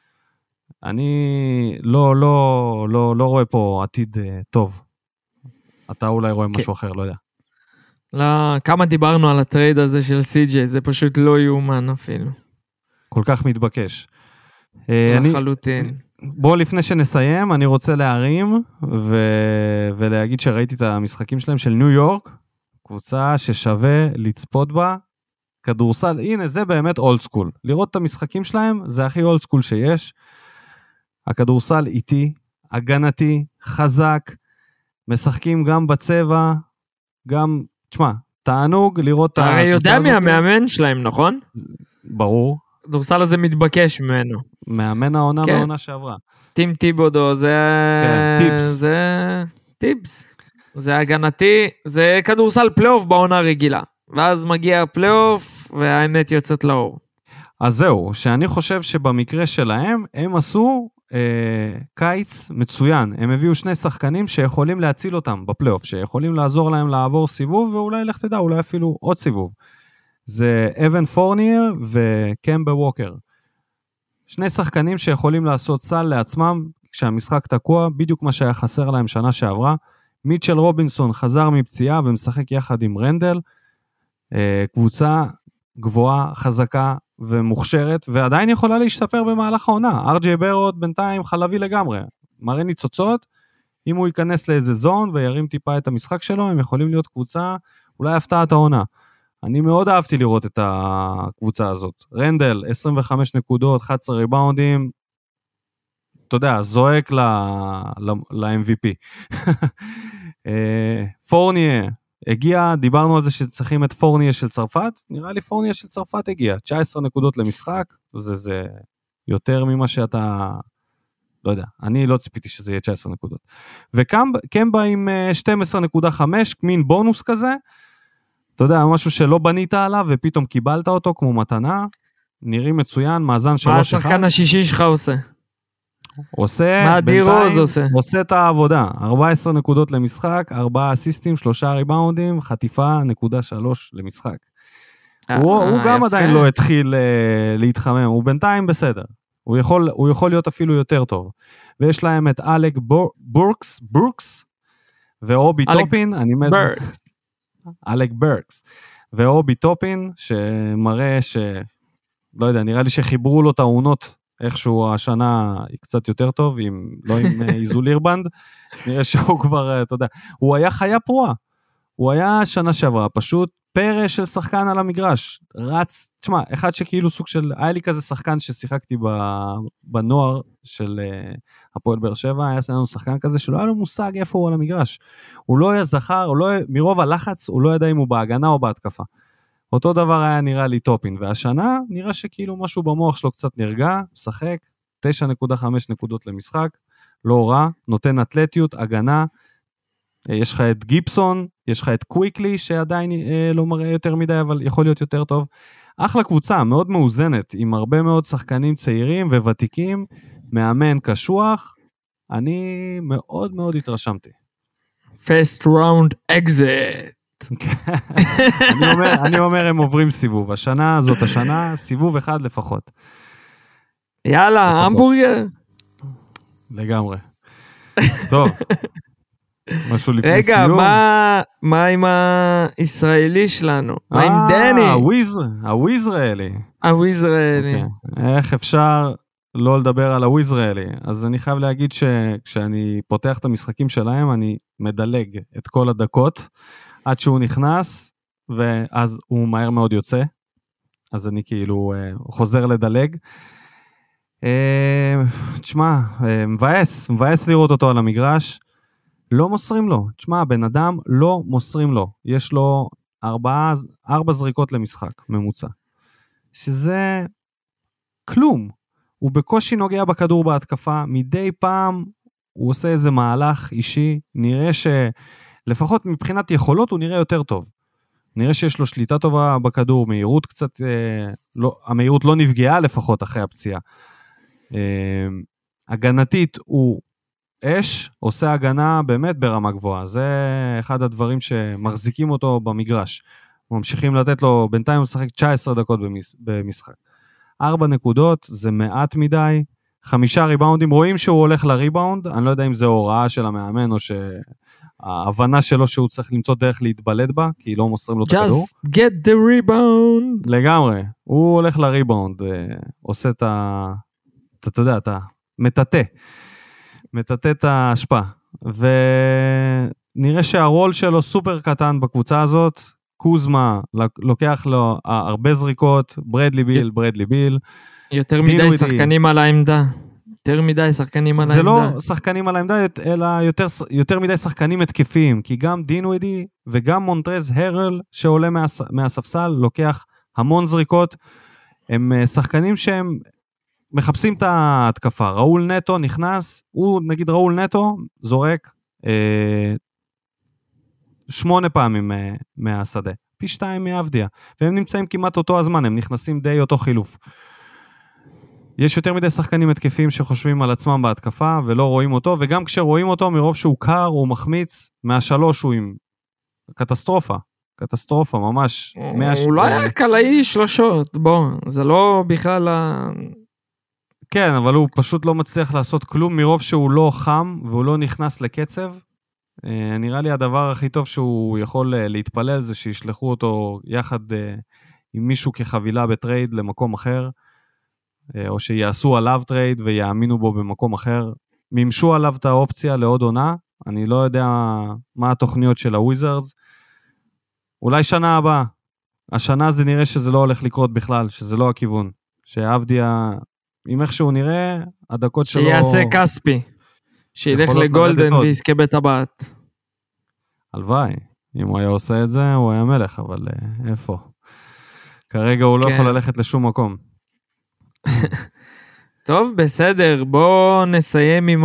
S1: אני לא רואה פה עתיד טוב. אתה אולי רואה משהו אחר, לא יודע.
S2: לא, כמה דיברנו על הטרייד הזה של סי.ג'יי, זה פשוט לא יאומן אפילו.
S1: כל כך מתבקש.
S2: לחלוטין.
S1: בואו לפני שנסיים, אני רוצה להרים ולהגיד שראיתי את המשחקים שלהם של ניו יורק, קבוצה ששווה לצפות בה, כדורסל, הנה זה באמת אולד סקול. לראות את המשחקים שלהם, זה הכי אולד סקול שיש. הכדורסל איטי, הגנתי, חזק, משחקים גם בצבע, גם, תשמע, תענוג לראות את
S2: הקבוצה הזאת. אתה יודע מי המאמן שלהם, נכון?
S1: ברור.
S2: הכדורסל הזה מתבקש ממנו.
S1: מאמן העונה מהעונה שעברה.
S2: טים טיבודו, זה...
S1: כן, טיפס.
S2: זה טיפס. זה הגנתי, זה כדורסל פלייאוף בעונה רגילה. ואז מגיע הפלייאוף, והאמת יוצאת לאור.
S1: אז זהו, שאני חושב שבמקרה שלהם, הם עשו קיץ מצוין. הם הביאו 2 שחקנים שיכולים להציל אותם בפלייאוף, שיכולים לעזור להם לעבור סיבוב, ואולי לך תדע, אולי אפילו עוד סיבוב. זה אבן פורניר וקמבה ווקר. 2 שחקנים שיכולים לעשות סל לעצמם, כשהמשחק תקוע, בדיוק מה שהיה חסר להם שנה שעברה. מיטשל רובינסון חזר מפציעה ומשחק יחד עם רנדל, קבוצה גבוהה, חזקה ומוכשרת, ועדיין יכולה להשתפר במהלך העונה. ארג'יי ברוד בינתיים חלבי לגמרי, מראה ניצוצות, אם הוא ייכנס לאיזה זון וירים טיפה את המשחק שלו, הם יכולים להיות קבוצה, אולי הפתעת העונה. אני מאוד אהבתי לראות את הקבוצה הזאת. רנדל, 25 נקודות, 11 ריבאונדים, אתה יודע, זועק ל-MVP. פורניה, הגיע, דיברנו על זה שצריכים את פורניה של צרפת, נראה לי פורניה של צרפת הגיע, 19 נקודות למשחק, זה יותר ממה שאתה, לא יודע, אני לא ציפיתי שזה יהיה 19 נקודות. וקמבה עם 12.5, מין בונוס כזה, אתה יודע, משהו שלא בנית עליו, ופתאום קיבלת אותו כמו מתנה, נראים מצוין, מאזן 3-1.
S2: מה השחקן השישי שלך עושה?
S1: עושה, בינתיים, עושה את העבודה, 14 נקודות למשחק, 4 אסיסטים, 3 ריבאונדים, חטיפה, 0.3 למשחק. הוא גם עדיין לא התחיל להתחמם, הוא בינתיים בסדר, הוא יכול להיות אפילו יותר טוב. ויש להם את אלק ברקס, ואובי טופין, אלק ברקס, ואובי טופין, שמראה לא יודע, נראה לי שחיברו לו את העונות, איכשהו השנה היא קצת יותר טוב, לא עם איזול אירבנד, נראה שהוא כבר, אתה יודע, הוא היה חיה פרועה, הוא היה שנה שעברה, פשוט פרא של שחקן על המגרש, רץ, תשמע, אחד שכאילו סוג של, היה לי כזה שחקן ששיחקתי בנוער של הפועל באר שבע, היה לנו שחקן כזה שלא היה לו מושג איפה הוא על המגרש, הוא לא היה זכר, מרוב הלחץ, הוא לא ידע אם הוא בהגנה או בהתקפה. אותו דבר היה נראה לי טופין, והשנה נראה שכאילו משהו במוח שלו קצת נרגע, משחק, 9.5 נקודות למשחק, לא רע, נותן אתלטיות, הגנה, יש לך את גיפסון, יש לך את קוויקלי, שעדיין לא מראה יותר מדי, אבל יכול להיות יותר טוב. אחלה קבוצה, מאוד מאוזנת, עם הרבה מאוד שחקנים צעירים וותיקים, מאמן קשוח, אני מאוד מאוד התרשמתי.
S2: First round exit.
S1: אני אומר הם עוברים סיבוב, השנה זאת השנה, סיבוב אחד לפחות.
S2: יאללה, המבורגר.
S1: לגמרי. טוב. משהו לפני
S2: רגע,
S1: סיום.
S2: מה עם הישראלי שלנו? מה עם דני?
S1: הוויזראלי.
S2: הוויזראלי.
S1: איך אפשר לא לדבר על הוויזראלי? אז אני חייב להגיד שכשאני פותח את המשחקים שלהם, אני מדלג את כל הדקות, עד שהוא נכנס, ואז הוא מהר מאוד יוצא, אז אני כאילו חוזר לדלג. תשמע, מבאס לראות אותו על המגרש, לא מוסרים לו, תשמע, בן אדם לא מוסרים לו, יש לו 4 זריקות למשחק, ממוצע, שזה כלום, הוא בקושי נוגע בכדור בהתקפה, מדי פעם הוא עושה איזה מהלך אישי, נראה לפחות מבחינת יכולות הוא נראה יותר טוב. נראה שיש לו שליטה טובה בכדור, מהירות קצת, המהירות לא נפגעה לפחות אחרי הפציעה. הגנתית הוא אש, עושה הגנה באמת ברמה גבוהה. זה אחד הדברים שמחזיקים אותו במגרש. ממשיכים לתת לו, בינתיים הוא משחק 19 דקות במשחק. 4 נקודות, זה מעט מדי. 5 ריבאונדים, רואים שהוא הולך לריבאונד, אני לא יודע אם זה הוראה של המאמן, או שההבנה שלו שהוא צריך למצוא דרך להתבלט בה, כי לא מוסרים לו את הכדור.
S2: Just get the rebound.
S1: לגמרי, הוא הולך לריבאונד, עושה אתה יודע, אתה מטאטא את ההשפעה, ונראה שהרול שלו סופר קטן בקבוצה הזאת, קוזמה לוקח לו הרבה זריקות, ברדלי ביל,
S2: יותר מדי שחקנים על העמדה.
S1: זה לא שחקנים על העמדה, אלא יותר מדי שחקנים התקפיים, כי גם דינווידי וגם מונטרז הרל שעולה מהספסל, לוקח המון זריקות, הם שחקנים שהם מחפשים את ההתקפה. ראול נטו נכנס, נגיד ראול נטו זורק 8 פעמים מהשדה, פי 2 מאבדיה, והם נמצאים כמעט אותו הזמן, הם נכנסים די אותו חילוף. יש יותר מדי שחקנים התקפיים שחושבים על עצמם בהתקפה, ולא רואים אותו, וגם כשרואים אותו, מרוב שהוא קר, הוא מחמיץ, מהשלוש הוא עם קטסטרופה, ממש.
S2: הוא לא היה קלעי שלושות, בוא, זה לא בכלל
S1: כן, אבל הוא פשוט לא מצליח לעשות כלום, מרוב שהוא לא חם, והוא לא נכנס לקצב. נראה לי הדבר הכי טוב שהוא יכול להתפלל, זה שישלחו אותו יחד עם מישהו כחבילה בטרייד למקום אחר, או שיעשו עליו טרייד ויאמינו בו במקום אחר, מימשו עליו את האופציה לעוד עונה, אני לא יודע מה התוכניות של הוויזרדס, אולי שנה הבאה, השנה זה נראה שזה לא הולך לקרות בכלל, שזה לא הכיוון, שאבדיה, אם איכשהו נראה, הדקות שלו...
S2: שיעשה כספי, שילך לגולדן ויזכה בטבעת.
S1: הלוואי, אם הוא היה עושה את זה, הוא היה מלך, אבל איפה? כרגע הוא לא יכול ללכת לשום מקום.
S2: טוב, בסדר, בואו נסיים עם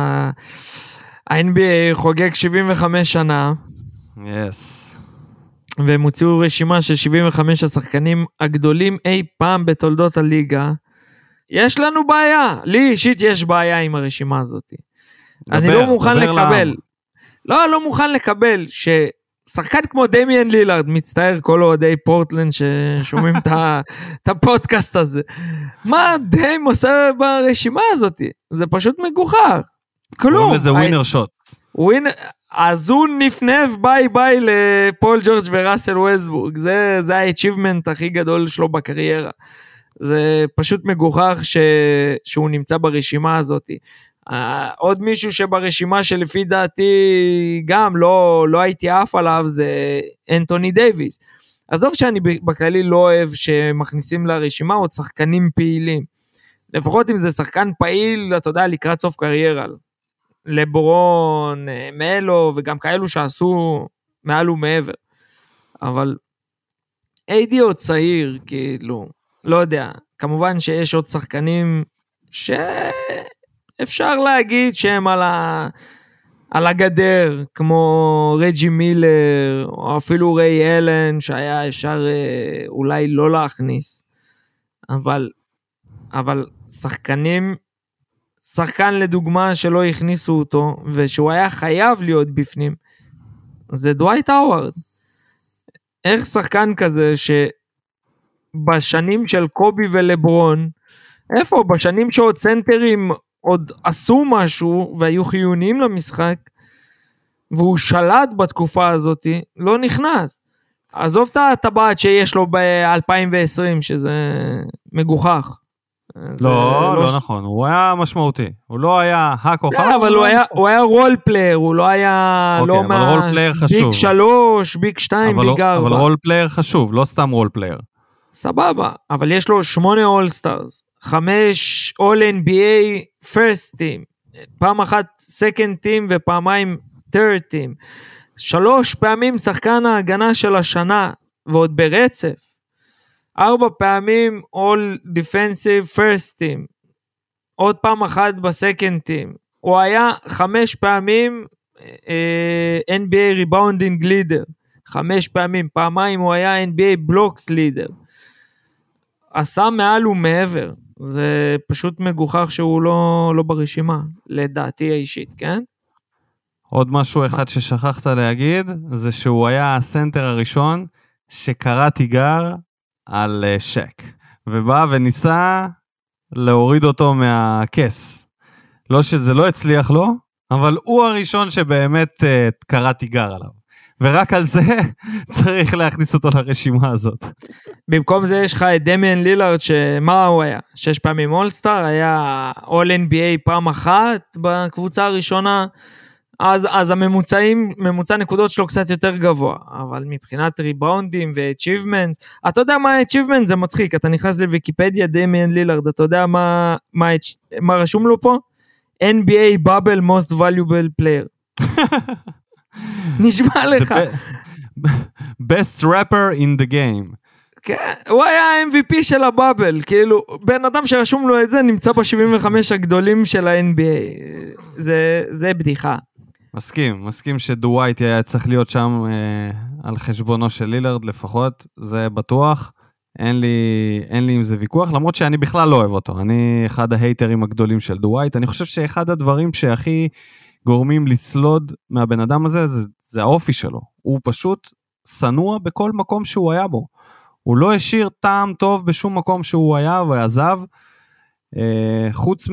S2: ה-NBA חוגג 75 שנה.
S1: Yes.
S2: והם הוציאו רשימה של 75 השחקנים הגדולים אי פעם בתולדות הליגה. יש לנו בעיה, לי אישית יש בעיה עם הרשימה הזאת. אני לא מוכן לקבל. לא מוכן לקבל ששחקן כמו דמיאן לילארד, מצטער כל אוהדי פורטלנד ששומעים את הפודקאסט הזה. מה דיים עושה ברשימה הזאת? זה פשוט מגוחך. כלום.
S1: זה ווינר שוט.
S2: אז הוא נפנף ביי לפול ג'ורג' וראסל ווסטברוק. זה האצ'יבמנט הכי גדול שלו בקריירה. זה פשוט מגוחך שהוא נמצא ברשימה הזאת. עוד מישהו שברשימה שלפי דעתי גם לא הייתי אף עליו, זה אנטוני דייביס. עזוב שאני בכללי לא אוהב שמכניסים לרשימה עוד שחקנים פעילים. לפחות אם זה שחקן פעיל, אתה יודע, לקראת סוף קריירה. לברון, מלו, וגם כאלו שעשו מעל ומעבר. אבל איידי עוד צעיר, כאילו, לא יודע. כמובן שיש עוד שחקנים אפשר להגיד שהם על הגדר, כמו רג'י מילר, או אפילו ריי אלן, שהיה אפשר אולי לא להכניס. אבל שחקן לדוגמה שלא הכניסו אותו, ושהוא היה חייב להיות בפנים, זה דווייט האוורד. איך שחקן כזה שבשנים של קובי ולברון, איפה? בשנים שעוד סנטרים עוד עשו משהו והיו חיוניים למשחק, והוא שלט בתקופה הזאת, לא נכנס. עזוב את הטבעת שיש לו ב-2020, שזה מגוחך.
S1: לא נכון, הוא היה משמעותי, הוא לא היה הכוכב.
S2: אבל הוא היה רול פלייר, הוא לא היה ביג 3, ביג 2, ביג 4.
S1: אבל רול פלייר חשוב, לא סתם רול פלייר.
S2: סבבה, אבל יש לו 8 אול סטארס, 5 אול NBA first team, פעם אחת second team ופעמיים third team, 3 פעמים שחקן ההגנה של השנה, ועוד ברצף, 4 פעמים all defensive first team, עוד פעם אחת בסקנד טים, הוא היה 5 פעמים NBA rebounding leader, 5 פעמים, פעמיים הוא היה NBA blocks leader, עשה מעל ומעבר, זה פשוט מגוחך שהוא לא ברשימה, לדעתי האישית, כן?
S1: עוד משהו אחד ששכחת להגיד, זה שהוא היה הסנטר הראשון שקרא תיגר על שק, ובא וניסה להוריד אותו מהכס. לא שזה לא הצליח לו, אבל הוא הראשון שבאמת קרא תיגר עליו. ורק על זה צריך להכניס אותו לרשימה הזאת.
S2: במקום זה יש לך את דמיאן לילארד, שמה הוא היה? 6 פעמים אולסטאר, היה אול NBA פעם אחת בקבוצה הראשונה, אז ממוצע נקודות שלו קצת יותר גבוה, אבל מבחינת ריבאונדים ו-achievements, אתה יודע מה ה-achievement? זה מצחיק, אתה נכנס לוויקיפדיה, דמיאן לילארד, אתה יודע מה רשום לו פה? NBA Bubble Most Valuable Player. נשמע לך.
S1: Best rapper in the game.
S2: כן, הוא היה ה-MVP של הבאבל, כאילו, בן אדם שרשום לו את זה, נמצא ב-75 הגדולים של ה-NBA. זה בדיחה.
S1: מסכים שדווייט היה צריך להיות שם על חשבונו של לילארד לפחות, זה בטוח. אין לי עם זה ויכוח, למרות שאני בכלל לא אוהב אותו. אני אחד ההייטרים הגדולים של דווייט. אני חושב שאחד הדברים שהכי גורמים לסלוד מהבן אדם הזה, זה האופי שלו. הוא פשוט סנוע בכל מקום שהוא היה בו. הוא לא השאיר טעם טוב בשום מקום שהוא היה ועזב, חוץ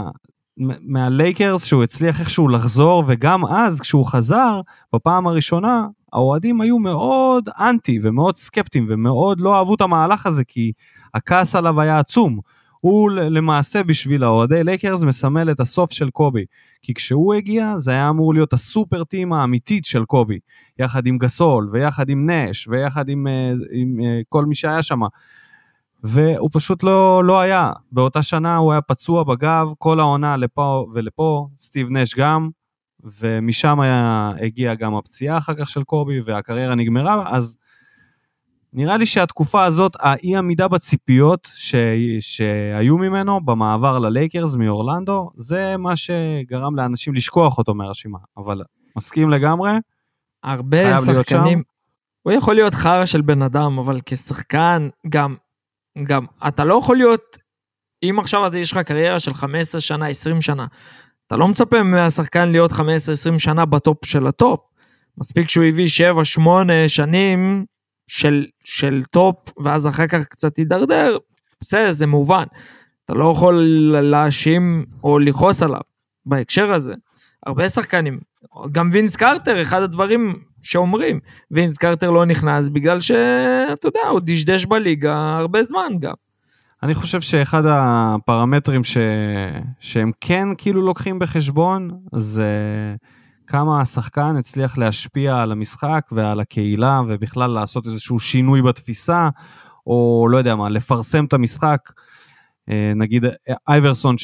S1: מהלייקרס שהוא הצליח איכשהו לחזור, וגם אז כשהוא חזר בפעם הראשונה, האוהדים היו מאוד אנטי ומאוד סקפטיים, ומאוד לא אהבו את המהלך הזה, כי הכעס עליו היה עצום. הוא למעשה בשביל האוהדי לייקרס מסמל את הסוף של קובי, כי כשהוא הגיע זה היה אמור להיות הסופר טים האמיתית של קובי, יחד עם גסול ויחד עם נש ויחד עם כל מי שהיה שם, והוא פשוט לא היה. באותה שנה הוא היה פצוע בגב, כל העונה לפה ולפה, סטיב נש גם, ומשם הגיע גם הפציעה אחר כך של קובי, והקריירה נגמרה. אז נראה לי שהתקופה הזאת, האי עמידה בציפיות שהיו ממנו במעבר ללייקרס מאורלנדו, זה מה שגרם לאנשים לשכוח אותו מהרשימה. אבל מסכים לגמרי,
S2: הרבה שחקנים, הוא יכול להיות חרא של בן אדם, אבל כשחקן גם אתה לא יכול להיות, אם עכשיו יש לך קריירה של 15 שנה, 20 שנה, אתה לא מצפה מהשחקן להיות 15-20 שנה בטופ של הטופ. מספיק שהוא הביא 7-8 שנים של טופ, ואז אחר כך קצת יידרדר, בסדר, זה מובן. אתה לא יכול להאשים או לכעוס עליו בהקשר הזה. הרבה שחקנים, גם וינס קרטר, אחד הדברים שאומרים, וינס קרטר לא נכנס, בגלל שאתה יודע, הוא דשדש בליגה הרבה זמן גם.
S1: אני חושב שאחד הפרמטרים שהם כן כאילו לוקחים בחשבון, זה כמה השחקן הצליח להשפיע על המשחק ועל הקהילה, ובכלל לעשות איזשהו שינוי בתפיסה, או לא יודע מה, לפרסם את המשחק. נגיד אייברסון,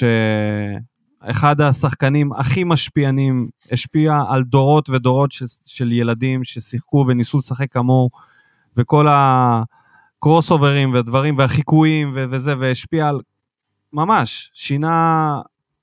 S1: שאחד השחקנים הכי משפיענים, השפיע על דורות ודורות של ילדים ששיחקו וניסו לשחק כמוהו, וכל הקרוס אוברים ודברים והחיקויים וזה, והשפיע על, ממש, שינה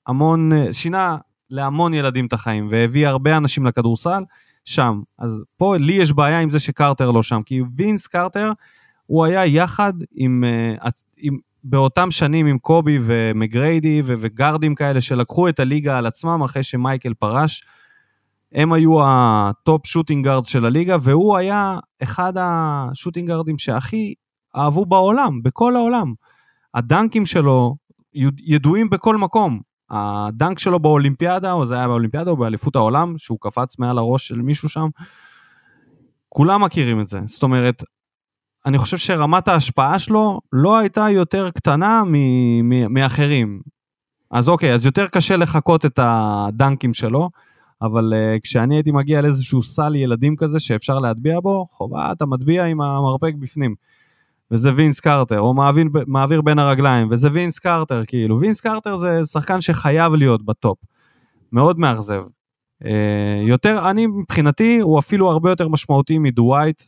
S1: להמון ילדים את החיים, והביא הרבה אנשים לכדורסל שם. אז פה לי יש בעיה עם זה שקרטר לא שם, כי וינס קרטר, הוא היה יחד באותם שנים עם קובי ומגריידי וגרדים כאלה, שלקחו את הליגה על עצמם אחרי שמייקל פרש. הם היו הטופ שוטינג גארד של הליגה, והוא היה אחד השוטינג גארדים שהכי אהבו בעולם, בכל העולם. הדנקים שלו ידועים בכל מקום. הדנק שלו באולימפיאדה, או זה היה באולימפיאדה, או באליפות העולם, שהוא קפץ מעל הראש של מישהו שם, כולם מכירים את זה. זאת אומרת, אני חושב שרמת ההשפעה שלו לא הייתה יותר קטנה מאחרים. אז אוקיי, אז יותר קשה לחכות את הדנקים שלו, אבל כשאני הייתי מגיע לאיזשהו סל ילדים כזה שאפשר להטביע בו, חובה, אתה מטביע עם המרפק בפנים. וזה וינס קרטר, או מעביר בין הרגליים, וזה וינס קרטר, כאילו. וינס קרטר זה שחקן שחייב להיות בטופ. מאוד מאכזב. אני מבחינתי, הוא אפילו הרבה יותר משמעותי מדווייט,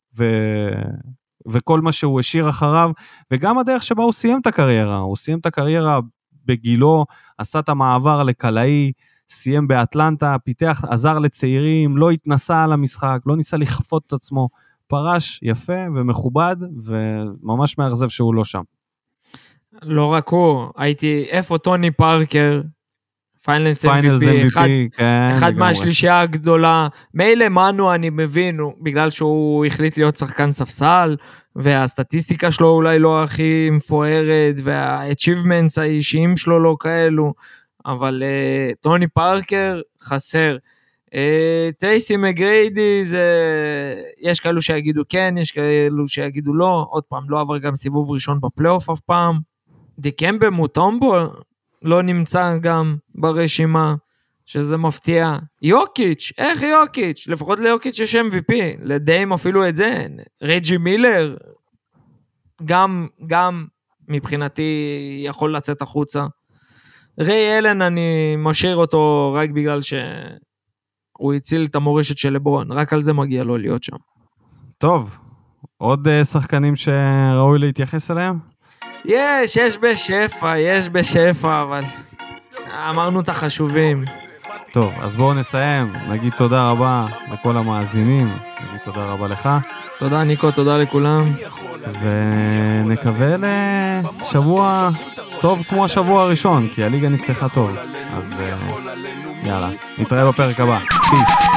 S1: וכל מה שהוא השאיר אחריו, וגם הדרך שבה הוא סיים את הקריירה. הוא סיים את הקריירה בגילו, עשה את המעבר לקלעי, סיים באטלנטה, פיתח, עזר לצעירים, לא התנסה על המשחק, לא ניסה לכפות את עצמו, פרש יפה ומכובד, וממש מאכזב שהוא לא שם.
S2: לא רק הוא, הייתי, איפה טוני פארקר, פיינלס
S1: MVP,
S2: אחד מהשלישייה הגדולה, מילא מנו אני מבין, בגלל שהוא החליט להיות שחקן ספסל, והסטטיסטיקה שלו אולי לא הכי מפוארת, וה-achievements האישיים שלו לא כאלו, אבל טוני פארקר חסר. טרייסי מגריידי, יש כאלו שיגידו כן, יש כאלו שיגידו לא, עוד פעם, לא עבר גם סיבוב ראשון בפלייאוף אף פעם. דיקמבה מוטומבו לא נמצא גם ברשימה, שזה מפתיע. יוקיץ', איך יוקיץ'? לפחות ליוקיץ' יש MVP, לדיים אפילו את זה. רג'י מילר, גם מבחינתי יכול לצאת החוצה. ריי אלן אני משאיר אותו רק בגלל שהוא הציל את המורשת של לברון, רק על זה מגיע לו להיות שם.
S1: טוב, עוד שחקנים שראוי להתייחס אליהם?
S2: יש בשפע, אבל אמרנו את החשובים.
S1: טוב, אז בואו נסיים, נגיד תודה רבה לכל המאזינים, נגיד תודה רבה לך.
S2: תודה ניקו, תודה לכולם.
S1: ונקווה לשבוע טוב כמו השבוע הראשון, כי הליגה נפתחה טוב. אז יאללה, נתראה בפרק הבא. פיס.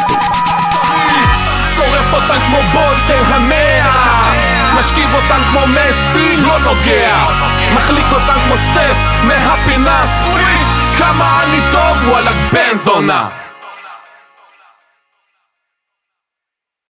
S3: שורף אותן כמו בולטר המאה, משכיב אותן כמו מסי, לא נוגע, מחליק אותן כמו סטף מהפינה, פריש, כמה אני טוב, וואלק בן זונה.